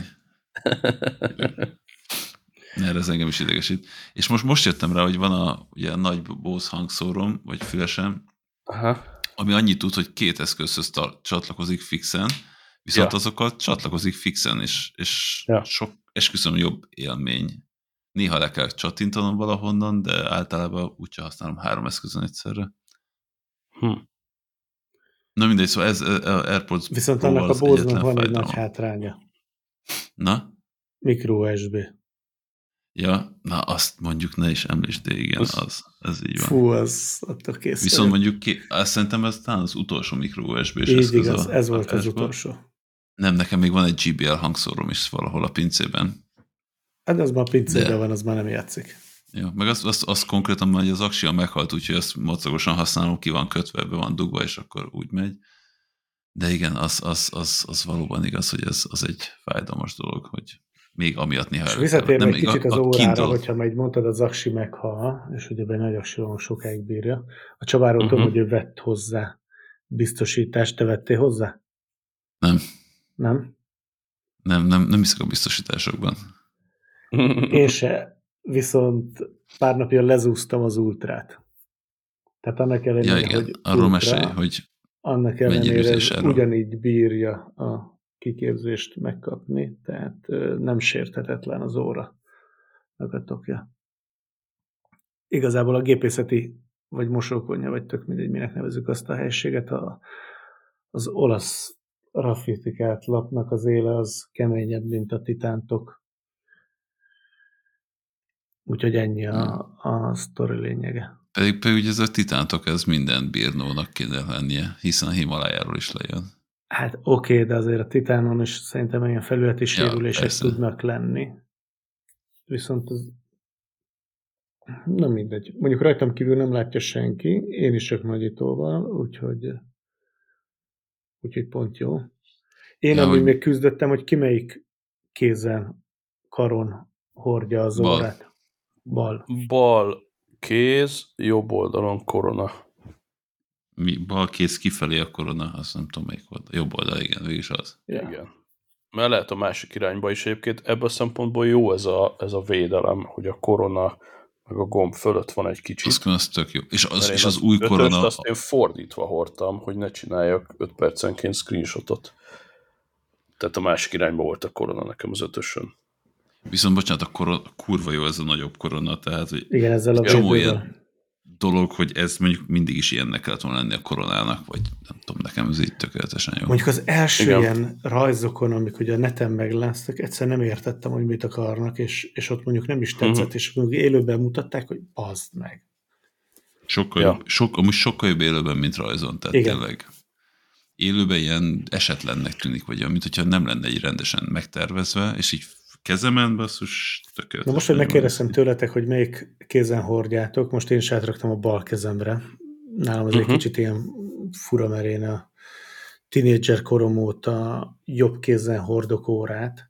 Erre ez engem is idegesít. És most, most jöttem rá, hogy van a, ugye, a nagy Bose hangszórom, vagy fülesem, Aha. ami annyit tud, hogy két eszközhöz ta- csatlakozik fixen, viszont Ja. azokat csatlakozik fixen, és, és Ja. sok, esküszöm, jobb élmény. Néha le kell csattintanom valahonnan, de általában úgyse használom három eszközön egyszerre. Hm. Na mindegy, szóval ez a AirPods Viszont Pro-val annak a az Bose-nak egyetlen van egy nagy fájdalom. hátránya. Na? Micro u es bé. Ja, na azt mondjuk ne is említsd, de igen, Az- az, ez így van. Fú, az attól kész. Viszont mondjuk, ki, azt szerintem ez talán az utolsó micro u es bé-s Így eszköz igaz, a ez volt az lakásban. utolsó. Nem, nekem még van egy gé bé el hangszórom is valahol a pincében. Hát az már a pincében De- van, az már nem játszik. Jó, meg azt, azt, azt konkrétan, hogy az aksia meghalt, úgyhogy azt mocogosan használom, ki van kötve, be van dugva, és akkor úgy megy. De igen, az, az, az, az valóban igaz, hogy ez az egy fájdalmas dolog, hogy még amiatt néha... És visszatérve egy kicsit az órára, Kindle... hogyha majd mondtad, az aksi meghal, és ugye be nagy aksi sokáig bírja. A Csabáról uh-huh. tudom, hogy ő vett hozzá biztosítást. Te vettél hozzá? Nem. Nem? Nem, nem, nem hiszek a biztosításokban. Én se, viszont pár napja lezúztam az ultrát. Tehát annak ellenére, ja, igen. hogy arról ultra, mesélj, hogy annak ellenére ez ugyanígy bírja a kiképzést megkapni, tehát nem sérthetetlen az óra megatokja. Igazából a gépészeti, vagy mosókonyha, vagy tök mindegy, minek nevezzük azt a helységet, a, az olasz raffitikált lapnak az éle az keményebb, mint a titántok. Úgyhogy ennyi a, a sztori lényege. Pedig pedig ez a titántok, ez minden bírnónak kéne lennie, hiszen a Himalájáról is lejön. Hát oké, okay, de azért a titánon is szerintem ilyen felületi sérülések ja, tudnak lenni. Viszont az nem mindegy. Mondjuk rajtam kívül nem látja senki, én is csak nagyítóval, úgyhogy, úgyhogy pont jó. Én ja, amúgy hogy... még küzdöttem, hogy ki melyik kézen, karon hordja az Bal. órát. Bal. Bal kéz, jobb oldalon korona. Mi, bal kéz kifelé a korona, azt nem tudom melyik volt. Jobb oldal, igen, végig az. Ja. Igen. Mert lehet a másik irányba is egyébként. Ebből a szempontból jó ez a, ez a védelem, hogy a korona meg a gomb fölött van egy kicsit. Az, az tök jó. És az, és az, az új korona... azt én fordítva hordtam, hogy ne csináljak öt percenként screenshotot. Tehát a másik irányba volt a korona nekem az ötösön. Viszont bocsánat, a, korona, a kurva jó ez a nagyobb korona, tehát hogy igen, ezzel a csomó ilyen dolog, hogy ez mondjuk mindig is ilyennek kellett volna lenni a koronának, vagy nem tudom, nekem ez így tökéletesen jó. Mondjuk az első igen. ilyen rajzokon, amik ugye a neten meglátsztak, egyszer nem értettem, hogy mit akarnak, és, és ott mondjuk nem is tetszett, uh-huh. és mondjuk élőben mutatták, hogy bazd meg. Sokkal ja. jobb, sok, amúgy sokkal jobb élőben, mint rajzon, tehát igen. tényleg élőben ilyen esetlennek tűnik, vagy mint hogyha nem lenne egy rendesen megtervezve, és így kezemen, basszus, tökéletes. Na most, hogy megkérdeztem tőletek, hogy melyik kézen hordjátok, most én is átraktam a bal kezemre. Nálam az uh-huh. egy kicsit ilyen fura, mert én a tínédzser korom óta jobb kézen hordok órát,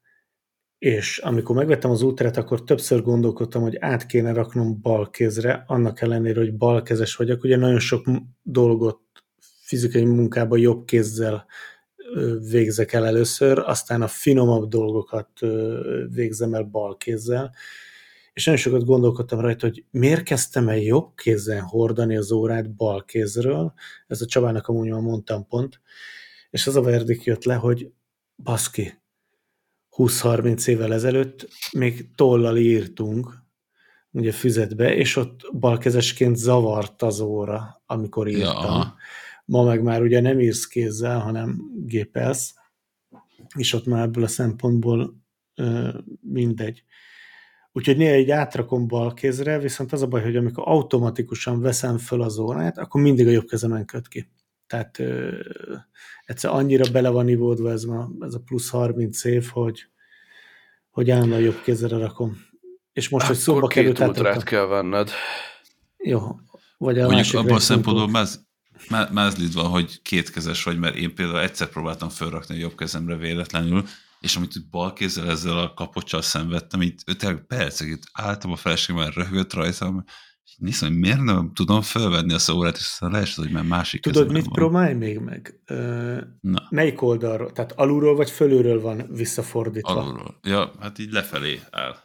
és amikor megvettem az ultrát, akkor többször gondolkodtam, hogy át kéne raknom bal kézre, annak ellenére, hogy balkezes vagyok. Ugye nagyon sok dolgot fizikai munkában jobb kézzel végzek el először, aztán a finomabb dolgokat végzem el bal kézzel, és nagyon sokat gondolkodtam rajta, hogy miért kezdtem el jobb kézzel hordani az órát bal kézről, ez a Csabának amúgy már mondtam pont, és az a verdikt jött le, hogy baszki, húsz-harminc évvel ezelőtt még tollal írtunk, ugye füzetbe, és ott balkezesként zavart az óra, amikor írtam. Ja, ma meg már ugye nem írsz kézzel, hanem gépelsz, és ott már ebből a szempontból ö, mindegy. Úgyhogy néha így átrakom bal kézre, viszont az a baj, hogy amikor automatikusan veszem föl az órát, akkor mindig a jobb kezemen köt ki. Tehát ö, egyszer annyira bele van ivódva ez, ma, ez a plusz harminc év, hogy, hogy állandóan jobb kézre rakom. És most, akkor hogy szóba került, két ultrát kell venned. Jó. Vagy a mondjuk másik abban a szempontból máz, mázlid van, hogy kétkezes vagy, mert én például egyszer próbáltam felrakni a jobb kezemre véletlenül, és amit bal kézzel ezzel a kapocsal szenvedtem, így öt percig álltam, a feleségem már röhögött rajtam, és néztem, hogy miért nem tudom felvenni a szórát, és aztán leesett, hogy már másik tudod, mit van. Próbálj még meg? Na. Melyik oldalról? Tehát alulról vagy fölülről van visszafordítva? Alulról. Ja, hát így lefelé áll.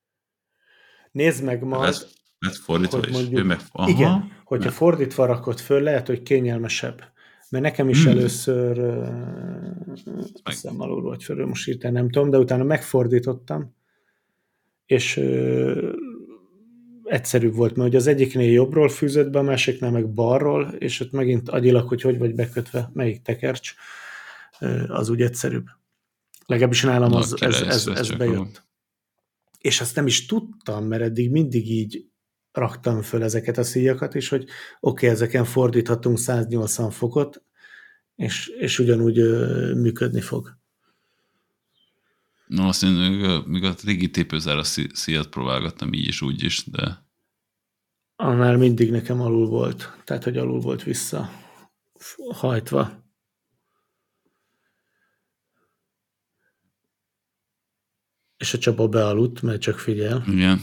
Nézd meg majd, lesz, lesz fordítva hogy is. Mondjuk, meg, igen, hogyha nem. fordítva rakod föl, lehet, hogy kényelmesebb. Mert nekem is hmm. először uh, hiszem alul vagy fölül, most hirtelen nem tudom, de utána megfordítottam, és uh, egyszerűbb volt, mert az egyiknél jobbról fűzött be, a másiknál meg balról, és ott megint agyilag, hogy hogy vagy bekötve, melyik tekercs, uh, az úgy egyszerűbb. Legalábbis nálam az, Na, ez, ez, ez bejött. És azt nem is tudtam, mert eddig mindig így raktam föl ezeket a szíjakat is, hogy oké, okay, ezeken fordíthatunk száznyolcvan fokot, és, és ugyanúgy ö, működni fog. No, azt én még a régi tépőzára szíjat próbálgattam így is, úgy is, de annál mindig nekem alul volt. Tehát, hogy alul volt vissza hajtva. És a Csaba bealudt, mert csak figyel. Igen.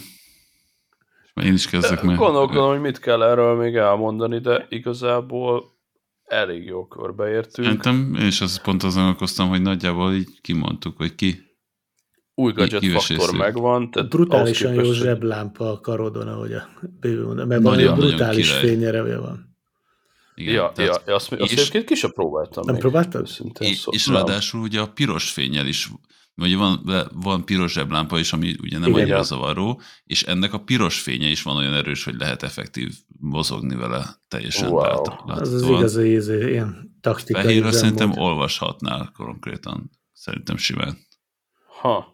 És én is kezdek meg. Gondolkodom, hogy mit kell erről még elmondani, de igazából elég jó körbeértünk. Szerintem én is azt pont azon okoztam, hogy nagyjából így kimondtuk, hogy ki. Új gadget faktor megvan. Tehát brutálisan képest, jó hogy... zseblámpa a karodon, ahogy a Bébi mondta, mert Nagyon, valami nagyon brutális király. fényerevje van. Igen, Ja, tehát, ja, azt, azt és, egyébként ki sem próbáltam Nem még. próbáltad? Szintén és, szó, és nem. ráadásul ugye a piros fénnyel is, vagy van, van piros zseblámpa is, ami ugye nem Igen, annyira ja. zavaró, és ennek a piros fénye is van olyan erős, hogy lehet effektív mozogni vele teljesen Wow. láthatóan. Az az igazi ízé, ilyen taktikai Fehérre szerintem üzemmód. olvashatnál konkrétan. Szerintem simán. Ha.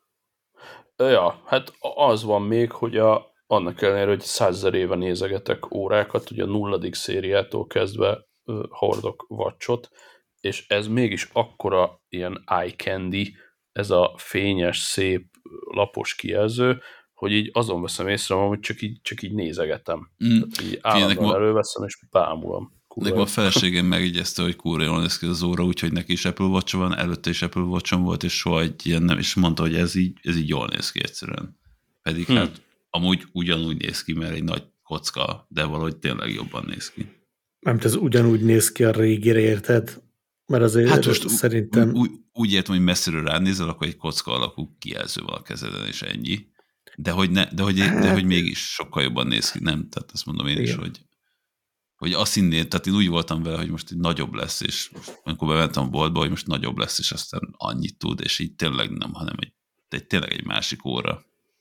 Ja, hát az van még, hogy a, annak ellenére, hogy százezer éve nézegetek órákat, ugye a nulladik szériától kezdve uh, hordok watchot, és ez mégis akkora ilyen eye candy, ez a fényes, szép, lapos kijelző, hogy így azon veszem észre, hogy csak így, csak így nézegetem. Mm. Tehát így állandóan ma... előveszem, és bámulom. Nekem a feleségem megigyezte, hogy kurva jól néz ki az óra, úgyhogy neki is Apple Watch van, előtte is Apple Watch volt, és soha egy ilyen nem, és mondta, hogy ez így, ez így jól néz ki egyszerűen. Pedig hm. hát amúgy ugyanúgy néz ki, mert egy nagy kocka, de valahogy tényleg jobban néz ki. Nem, ez ugyanúgy néz ki a régire, érted? Mert azért hát most szerintem... Úgy, úgy értem, hogy messziről ránézel, akkor egy kocka alakú kijelző van a kezeden, és ennyi. De hogy, ne, de, hogy, de hogy mégis sokkal jobban néz ki, nem? Tehát azt mondom én Igen. is, hogy hogy azt hinnél, tehát én úgy voltam vele, hogy most így nagyobb lesz, és amikor bementem a boltba, hogy most nagyobb lesz, és aztán annyit tud, és így tényleg nem, hanem egy, egy tényleg egy másik óra.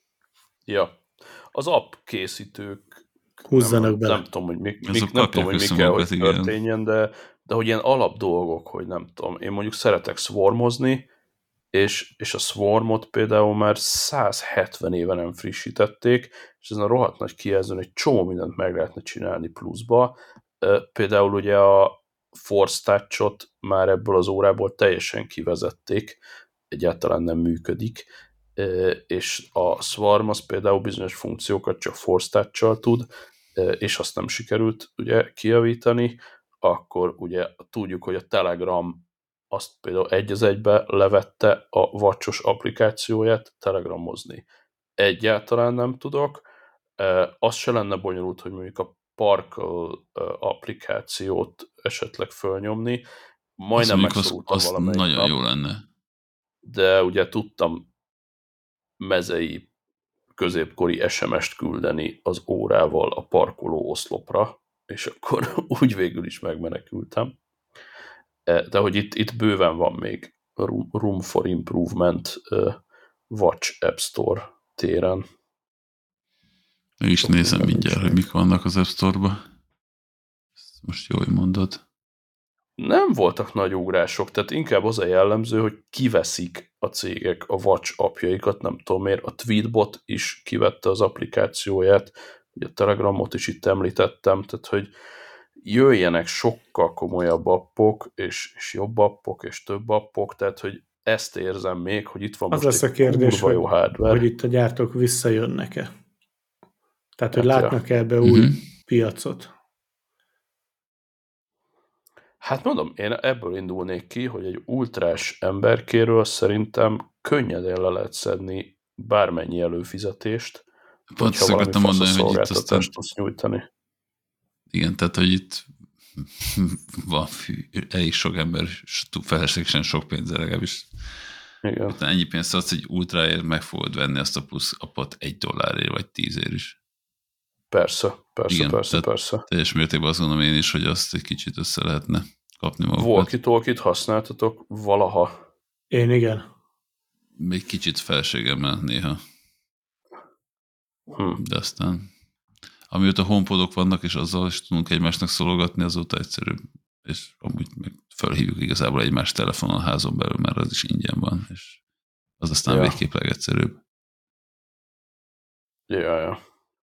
Ja. Az app készítők húzzanak nem, bele. Nem tudom, hogy mi, mi, nem tudom, hogy mi kell, hogy történjen, de, de hogy ilyen alap dolgok, hogy nem tudom. Én mondjuk szeretek swarmozni, és, és a Swarmot például már száz hetven éve nem frissítették, és ezen a rohadt nagy kijelzőn egy csomó mindent meg lehetne csinálni pluszba. Például ugye a Force Touch-ot már ebből az órából teljesen kivezették, egyáltalán nem működik, és a Swarm az például bizonyos funkciókat csak Force Touch-sal tud, és azt nem sikerült ugye kijavítani, akkor ugye tudjuk, hogy a Telegram azt például egy az egybe levette a watchos applikációját telegramozni. Egyáltalán nem tudok. Az se lenne bonyolult, hogy mondjuk a Sparkle applikációt esetleg fölnyomni. Majdnem megszorultam az, az valamelyik nagyon nap, jó lenne. De ugye tudtam mezei középkori es em est küldeni az órával a parkoló oszlopra, és akkor úgy végül is megmenekültem. De hogy itt, itt bőven van még room for improvement uh, Watch App Store téren. Meg is nézem mindjárt, hogy mik vannak az App Store-ba. Most jól mondod. Nem voltak nagy ugrások, tehát inkább az a jellemző, hogy kiveszik a cégek a Watch appjaikat, nem tudom miért. A Tweetbot is kivette az applikációját, ugye a Telegramot is itt említettem, tehát hogy jöjjenek sokkal komolyabb appok, és, és jobb appok, és több appok, tehát hogy ezt érzem még, hogy itt van az most egy a kérdés, kurva jó hogy, hardware. hogy itt a gyártók visszajönnek-e. Tehát, hogy hát látnak-e ja. ebbe új uh-huh. piacot. Hát mondom, én ebből indulnék ki, hogy egy ultrás emberkéről szerintem könnyedén le lehet szedni bármennyi előfizetést, pont ezt akartam mondani, hogy itt aztán tudsz nyújtani. Igen, tehát, hogy itt van elég sok ember, feleslegesen sok pénzzel legalábbis. Igen. Utána ennyi pénzt adsz, hogy ultráért meg fogod venni azt a plusz appot egy dollárért, vagy tízért is. Persze, persze, Igen, persze, persze. Teljes mértékben azt gondolom én is, hogy azt egy kicsit össze lehetne kapni magukat. Walkie-talkie-t használtatok valaha? Én igen. Még kicsit felségemmel néha. Hm. De aztán amióta HomePodok vannak, és azzal is tudunk egymásnak szólogatni, azóta egyszerűbb. És amúgy meg felhívjuk igazából egymás telefonon a házon belül, mert az is ingyen van, és az aztán ja. végképp legegyszerűbb. Ja, ja.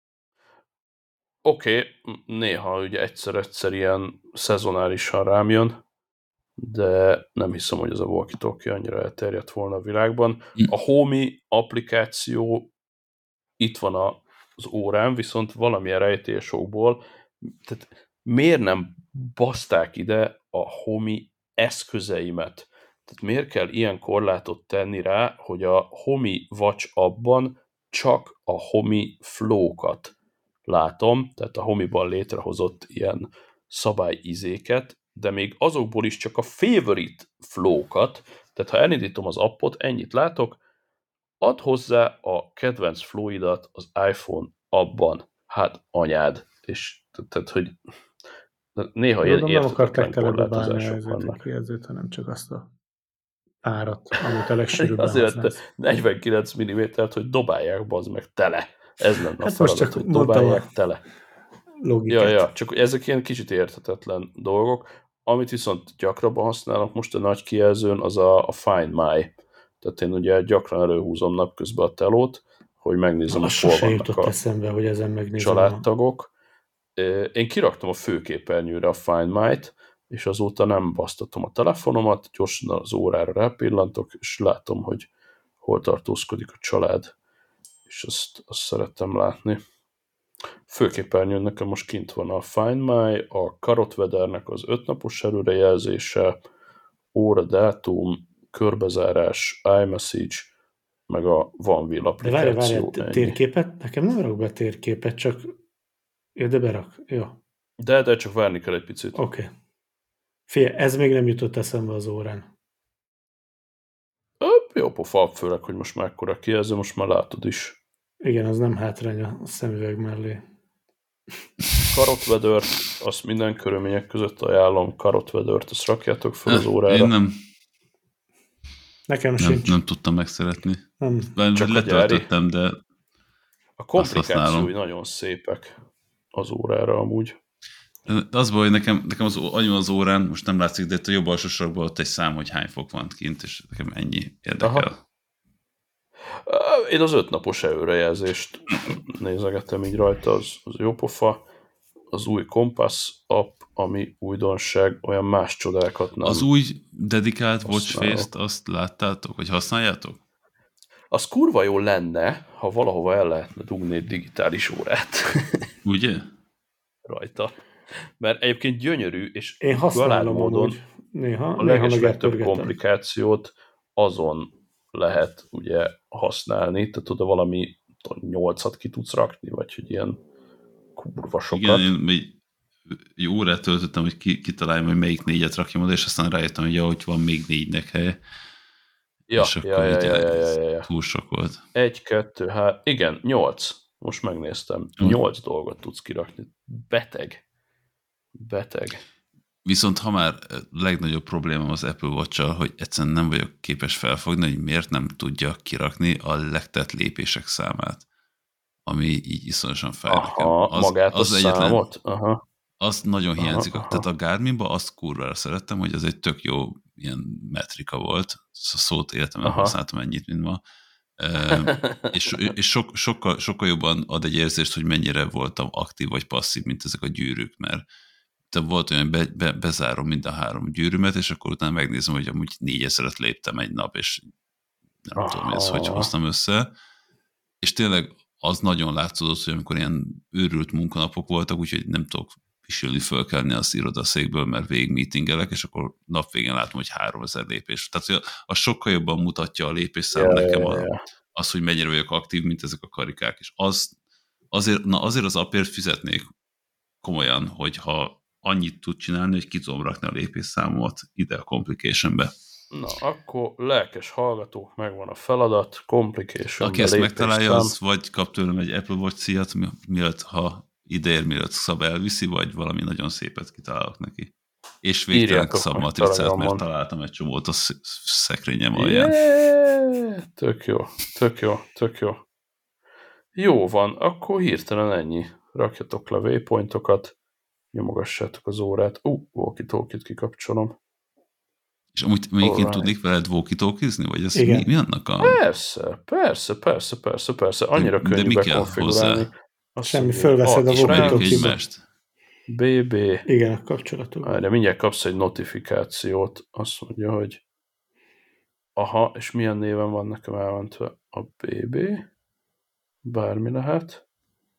Oké, okay, néha ugye egyszer-egyszer ilyen szezonálisan rám jön, de nem hiszem, hogy ez a walkie-talkie annyira elterjedt volna a világban. A Homey applikáció itt van a az órám, viszont valamilyen rejtélyes okból, tehát miért nem baszták ide a homi eszközeimet? Tehát miért kell ilyen korlátot tenni rá, hogy a Homi Watch appban csak a Homi Flow-kat látom, tehát a Homiban létrehozott ilyen szabályizéket, de még azokból is csak a favorite flow-kat, tehát ha elindítom az appot, ennyit látok, add hozzá a kedvenc flowidat az iPhone appban. Hát anyád. És tehát, hogy néha ilyen Tudom, nem akarták érthetetlen teledobálni a korlátozások helyzetek vannak. kijelzőt, hanem csak azt a párat, amit a legsűrűbben Azért használsz. negyvenkilenc millimétert, hogy dobálják, bazd meg tele. Ez lenne a Hát most feladat, csak hogy mondtam dobálják a tele. logikát. Ja, ja, csak ezek ilyen kicsit érthetetlen dolgok. Amit viszont gyakrabban használok most a nagy kijelzőn, az a, a Find My. Tehát én ugye gyakran előhúzom napközben a telót, hogy megnézem, Az hogy hol sose vannak jutott a eszembe, hogy ezen megnézem a... családtagok. Én kiraktam a főképernyőre a Find My-t, és azóta nem basztatom a telefonomat, gyorsan az órára rápillantok, és látom, hogy hol tartózkodik a család. És azt, azt szerettem látni. Főképernyőn nekem most kint van a Find My, a Karotweathernek az ötnapos előrejelzése, óra, dátum, körbezárás, iMessage, meg a OneWheel De várj, várj, applikáció. t- térképet? Nekem nem rak be térképet, csak... Ja, de berak. Jó. De, de csak várni kell egy picit. Oké. Okay. Figyelj, ez még nem jutott eszembe az órán. Ö, Jó pofa, főleg, hogy most már ekkora kijelző, most már látod is. Igen, az nem hátrány a szemüveg mellé. Karotweather, azt minden körülmények között ajánlom, Karotweather-t, azt rakjátok fel az Eh, órára. Én nem, Nekem nem, sincs. nem tudtam megszeretni. Nem. Bár Csak a letöltöttem, de A komplikációi használom. nagyon szépek az órára amúgy. de az baj, hogy nekem, nekem az anyom az órán, most nem látszik, de itt a jobb alsó sarokban ott egy szám, hogy hány fok van kint, és nekem ennyi érdekel. Aha. Én az ötnapos előrejelzést nézegettem így rajta, az, az jó pofa. Az új Compass app, ami újdonság, olyan más csodákat nem. Az új dedikált Watch használok. Face-t azt láttátok, vagy használjátok? Az kurva jó lenne, ha valahova el lehetne dugni egy digitális órát Ugye? rajta. Mert egyébként gyönyörű, és Én használom galád módon amúgy. Néha, a néha meg legeslegtöbb elpörgetem. komplikációt azon lehet ugye használni, tehát oda valami nyolcat ki tudsz rakni, vagy hogy ilyen kurva sokat. Igen, én még jó órát töltöttem, hogy ki, kitaláljam, hogy melyik négyet rakjam oda, és aztán rájöttem, hogy ja, hogy van még négynek hely. Ja, és akkor ja, ja, ugye ja, ja, ja, ja. túl sok volt. Egy, kettő, hát igen, nyolc. Most megnéztem. Hm. Nyolc dolgot tudsz kirakni. Beteg. Beteg. Viszont ha már legnagyobb problémám az Apple Watch-al, hogy egyszerűen nem vagyok képes felfogni, hogy miért nem tudja kirakni a legtett lépések számát, ami így iszonyosan fáj nekem. Aha, Az, magát az a egyetlen, számot? Aha. az nagyon Aha, hiányzik. aha. Tehát a Garminba azt kurvára szerettem, hogy ez egy tök jó ilyen metrika volt. Szót életemben Aha. használtam ennyit, mint ma. E, és és sok, sokkal, sokkal jobban ad egy érzést, hogy mennyire voltam aktív vagy passzív, mint ezek a gyűrűk, mert te volt olyan, hogy be, be, bezárom mind a három gyűrűmet, és akkor utána megnézem, hogy amúgy négyezeret léptem egy nap, és nem Aha. tudom, hogy ezt hogy hoztam össze. És tényleg az nagyon látszódott, hogy amikor ilyen őrült munkanapok voltak, úgyhogy nem tudok pisilni, fölkelni az irodaszékből, mert végig meetingelek, és akkor nap végén látom, hogy háromezer lépés. Tehát hogy az sokkal jobban mutatja a lépésszám Ja, nekem ja, a, ja. az, hogy mennyire vagyok aktív, mint ezek a karikák. És az, azért, na azért az appért fizetnék komolyan, hogyha annyit tud csinálni, hogy ki tudom rakni a lépésszámomat ide a complication-be. Na, akkor lelkes hallgatók, megvan a feladat, complication. Aki ezt megtalálja, az vagy kap tőlem egy Apple Watch szíjat, mielőtt, ha ideér, mielőtt Szab elviszi, vagy valami nagyon szépet kitalálok neki. És végtelen Írjátok Szab meg matricát, Telegramon. mert találtam egy csomót a sz- szekrényem alján. Yeah! Tök jó, tök jó, tök jó. Jó van, akkor hirtelen ennyi. Rakjatok le waypointokat, nyomogassátok az órát. Ú, uh, walkie-talkie-t kikapcsolom. És amúgy még én Alright. tudnék veled walkie-talkizni, vagy ez Igen. mi, mi annak a... Persze, persze, persze, persze, persze. Annyira De- de könnyű mi kell bekonfigurálni. hozzá? Azt Semmi, mondja, fölveszed a ismerjük Ismerjük walkie-talkie-ba. egymást. bé bé. Igen, a kapcsolatok. Várja, mindjárt kapsz egy notifikációt. Azt mondja, hogy aha, és milyen néven van nekem elmentve? A bé bé. Bármi lehet.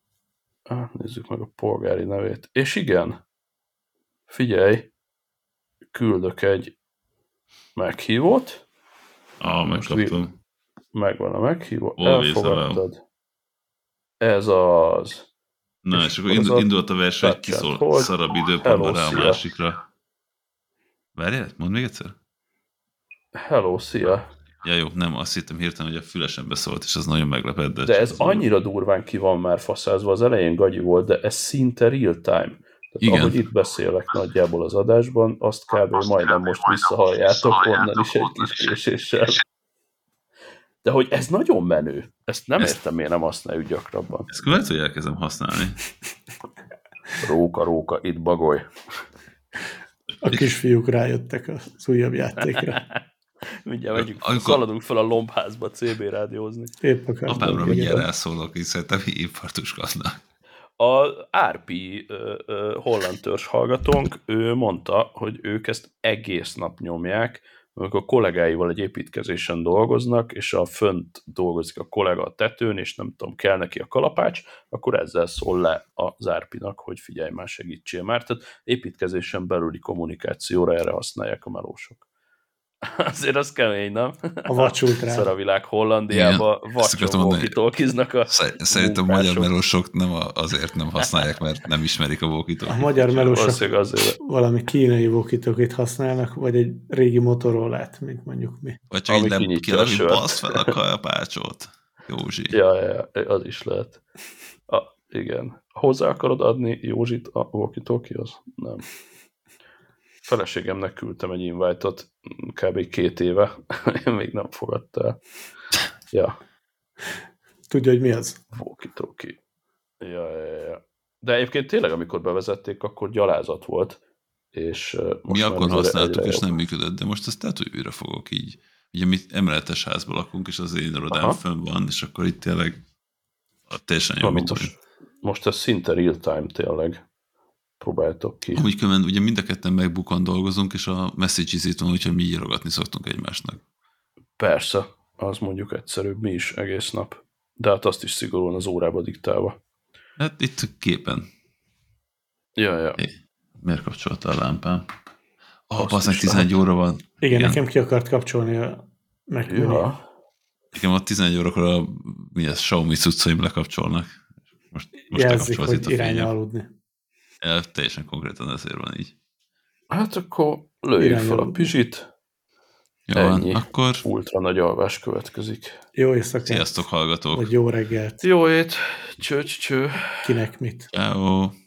Ah, nézzük meg a polgári nevét. És igen, figyelj, küldök egy meghívót. Ah, megkaptam. Megvan a meghívó. Always Elfogadtad. Ez az. Na, és, és akkor indul, indult a verseny, kiszól szarabb időpontban rá a másikra. Várjál, mondd még egyszer. Hello, szia. Ja jó, nem, azt hittem hirtelen, hogy a fülesembe szólt, és az nagyon meglepett. De, de ez annyira durván ki van már faszázva, az elején gagyi volt, de ez szinte real time. Tehát ahogy itt beszélek nagyjából az adásban, azt kb. Majdnem most visszahalljátok onnan is egy kis késéssel. De hogy ez nagyon menő. Ezt nem ezt, értem, miért nem használjuk gyakrabban. Ezt lehet, hogy elkezdem használni. Róka, róka, itt bagoly. A kisfiúk rájöttek az újabb játékra. Mindjárt megyünk, Amikor... szaladunk fel a Lombházba cé bé rádiózni. Apámra mindjárt rászólok, és szerintem infarktus kapnak. A er pé holland törzs hallgatónk, ő mondta, hogy ők ezt egész nap nyomják, amikor a kollégáival egy építkezésen dolgoznak, és a fönt dolgozik a kollega a tetőn, és nem tudom, kell neki a kalapács, akkor ezzel szól le az er pé-nak, hogy figyelj már, segítsél már. Tehát építkezésen belüli kommunikációra erre használják a melósok. Azért az kemény, nem? A vacsult rá. Szaravilág Hollandiába vacsol-walkie-talkiznak a Szerintem a magyar melósok nem azért nem használják, mert nem ismerik a walkie-talkit. A magyar melósok valami kínai walkie-talkit használnak, vagy egy régi Motorola-t, mint mondjuk mi. Vagy csak így nem kell, hogy bassz fel a kalapácsot. Józsi. Ja, ja, az is lehet. A, igen. Hozzá akarod adni Józsit a walkie-talkihoz? Nem. Feleségemnek küldtem egy invite-ot kb. két éve, én még nem fogadta el. Ja. Tudja, hogy mi az? Walkie-talkie. Ja, ja, ja. De egyébként tényleg, amikor bevezették, akkor gyalázat volt. És most mi akkor használtuk, és nem működött, de most azt lehet, hogy újra fogok így. Ugye mi emeletes házban lakunk, és az én irodám fönn van, és akkor itt tényleg teljesen jó. Most, most ez szinte real time tényleg. Próbáltok ki. Amúgy különben ugye mind a ketten MacBookon dolgozunk, és a Messages itt van, úgyhogy mi írogatni szoktunk egymásnak. Persze, az mondjuk egyszerűbb, mi is egész nap. De hát azt is szigorúan az órába diktálva. Hát itt képen. Ja, ja. É, miért kapcsolta a lámpám? Ah, bazdmeg tizenegy óra van. Igen, igen, nekem ki akart kapcsolni a megkülni. Ja. Nekem a tizenegy órakor a mi ez, Xiaomi cuccaim lekapcsolnak. Most, most jelzik, hogy irányra aludni. Ja, teljesen konkrétan ezért van így. Hát akkor lőjük fel a pizsit. Jó, ennyi. Akkor... Ultra nagy alvás következik. Jó éjszakát. Sziasztok, hallgatók. Vagy jó reggelt. Jó ét. Cső, cső. Kinek mit. Ciao.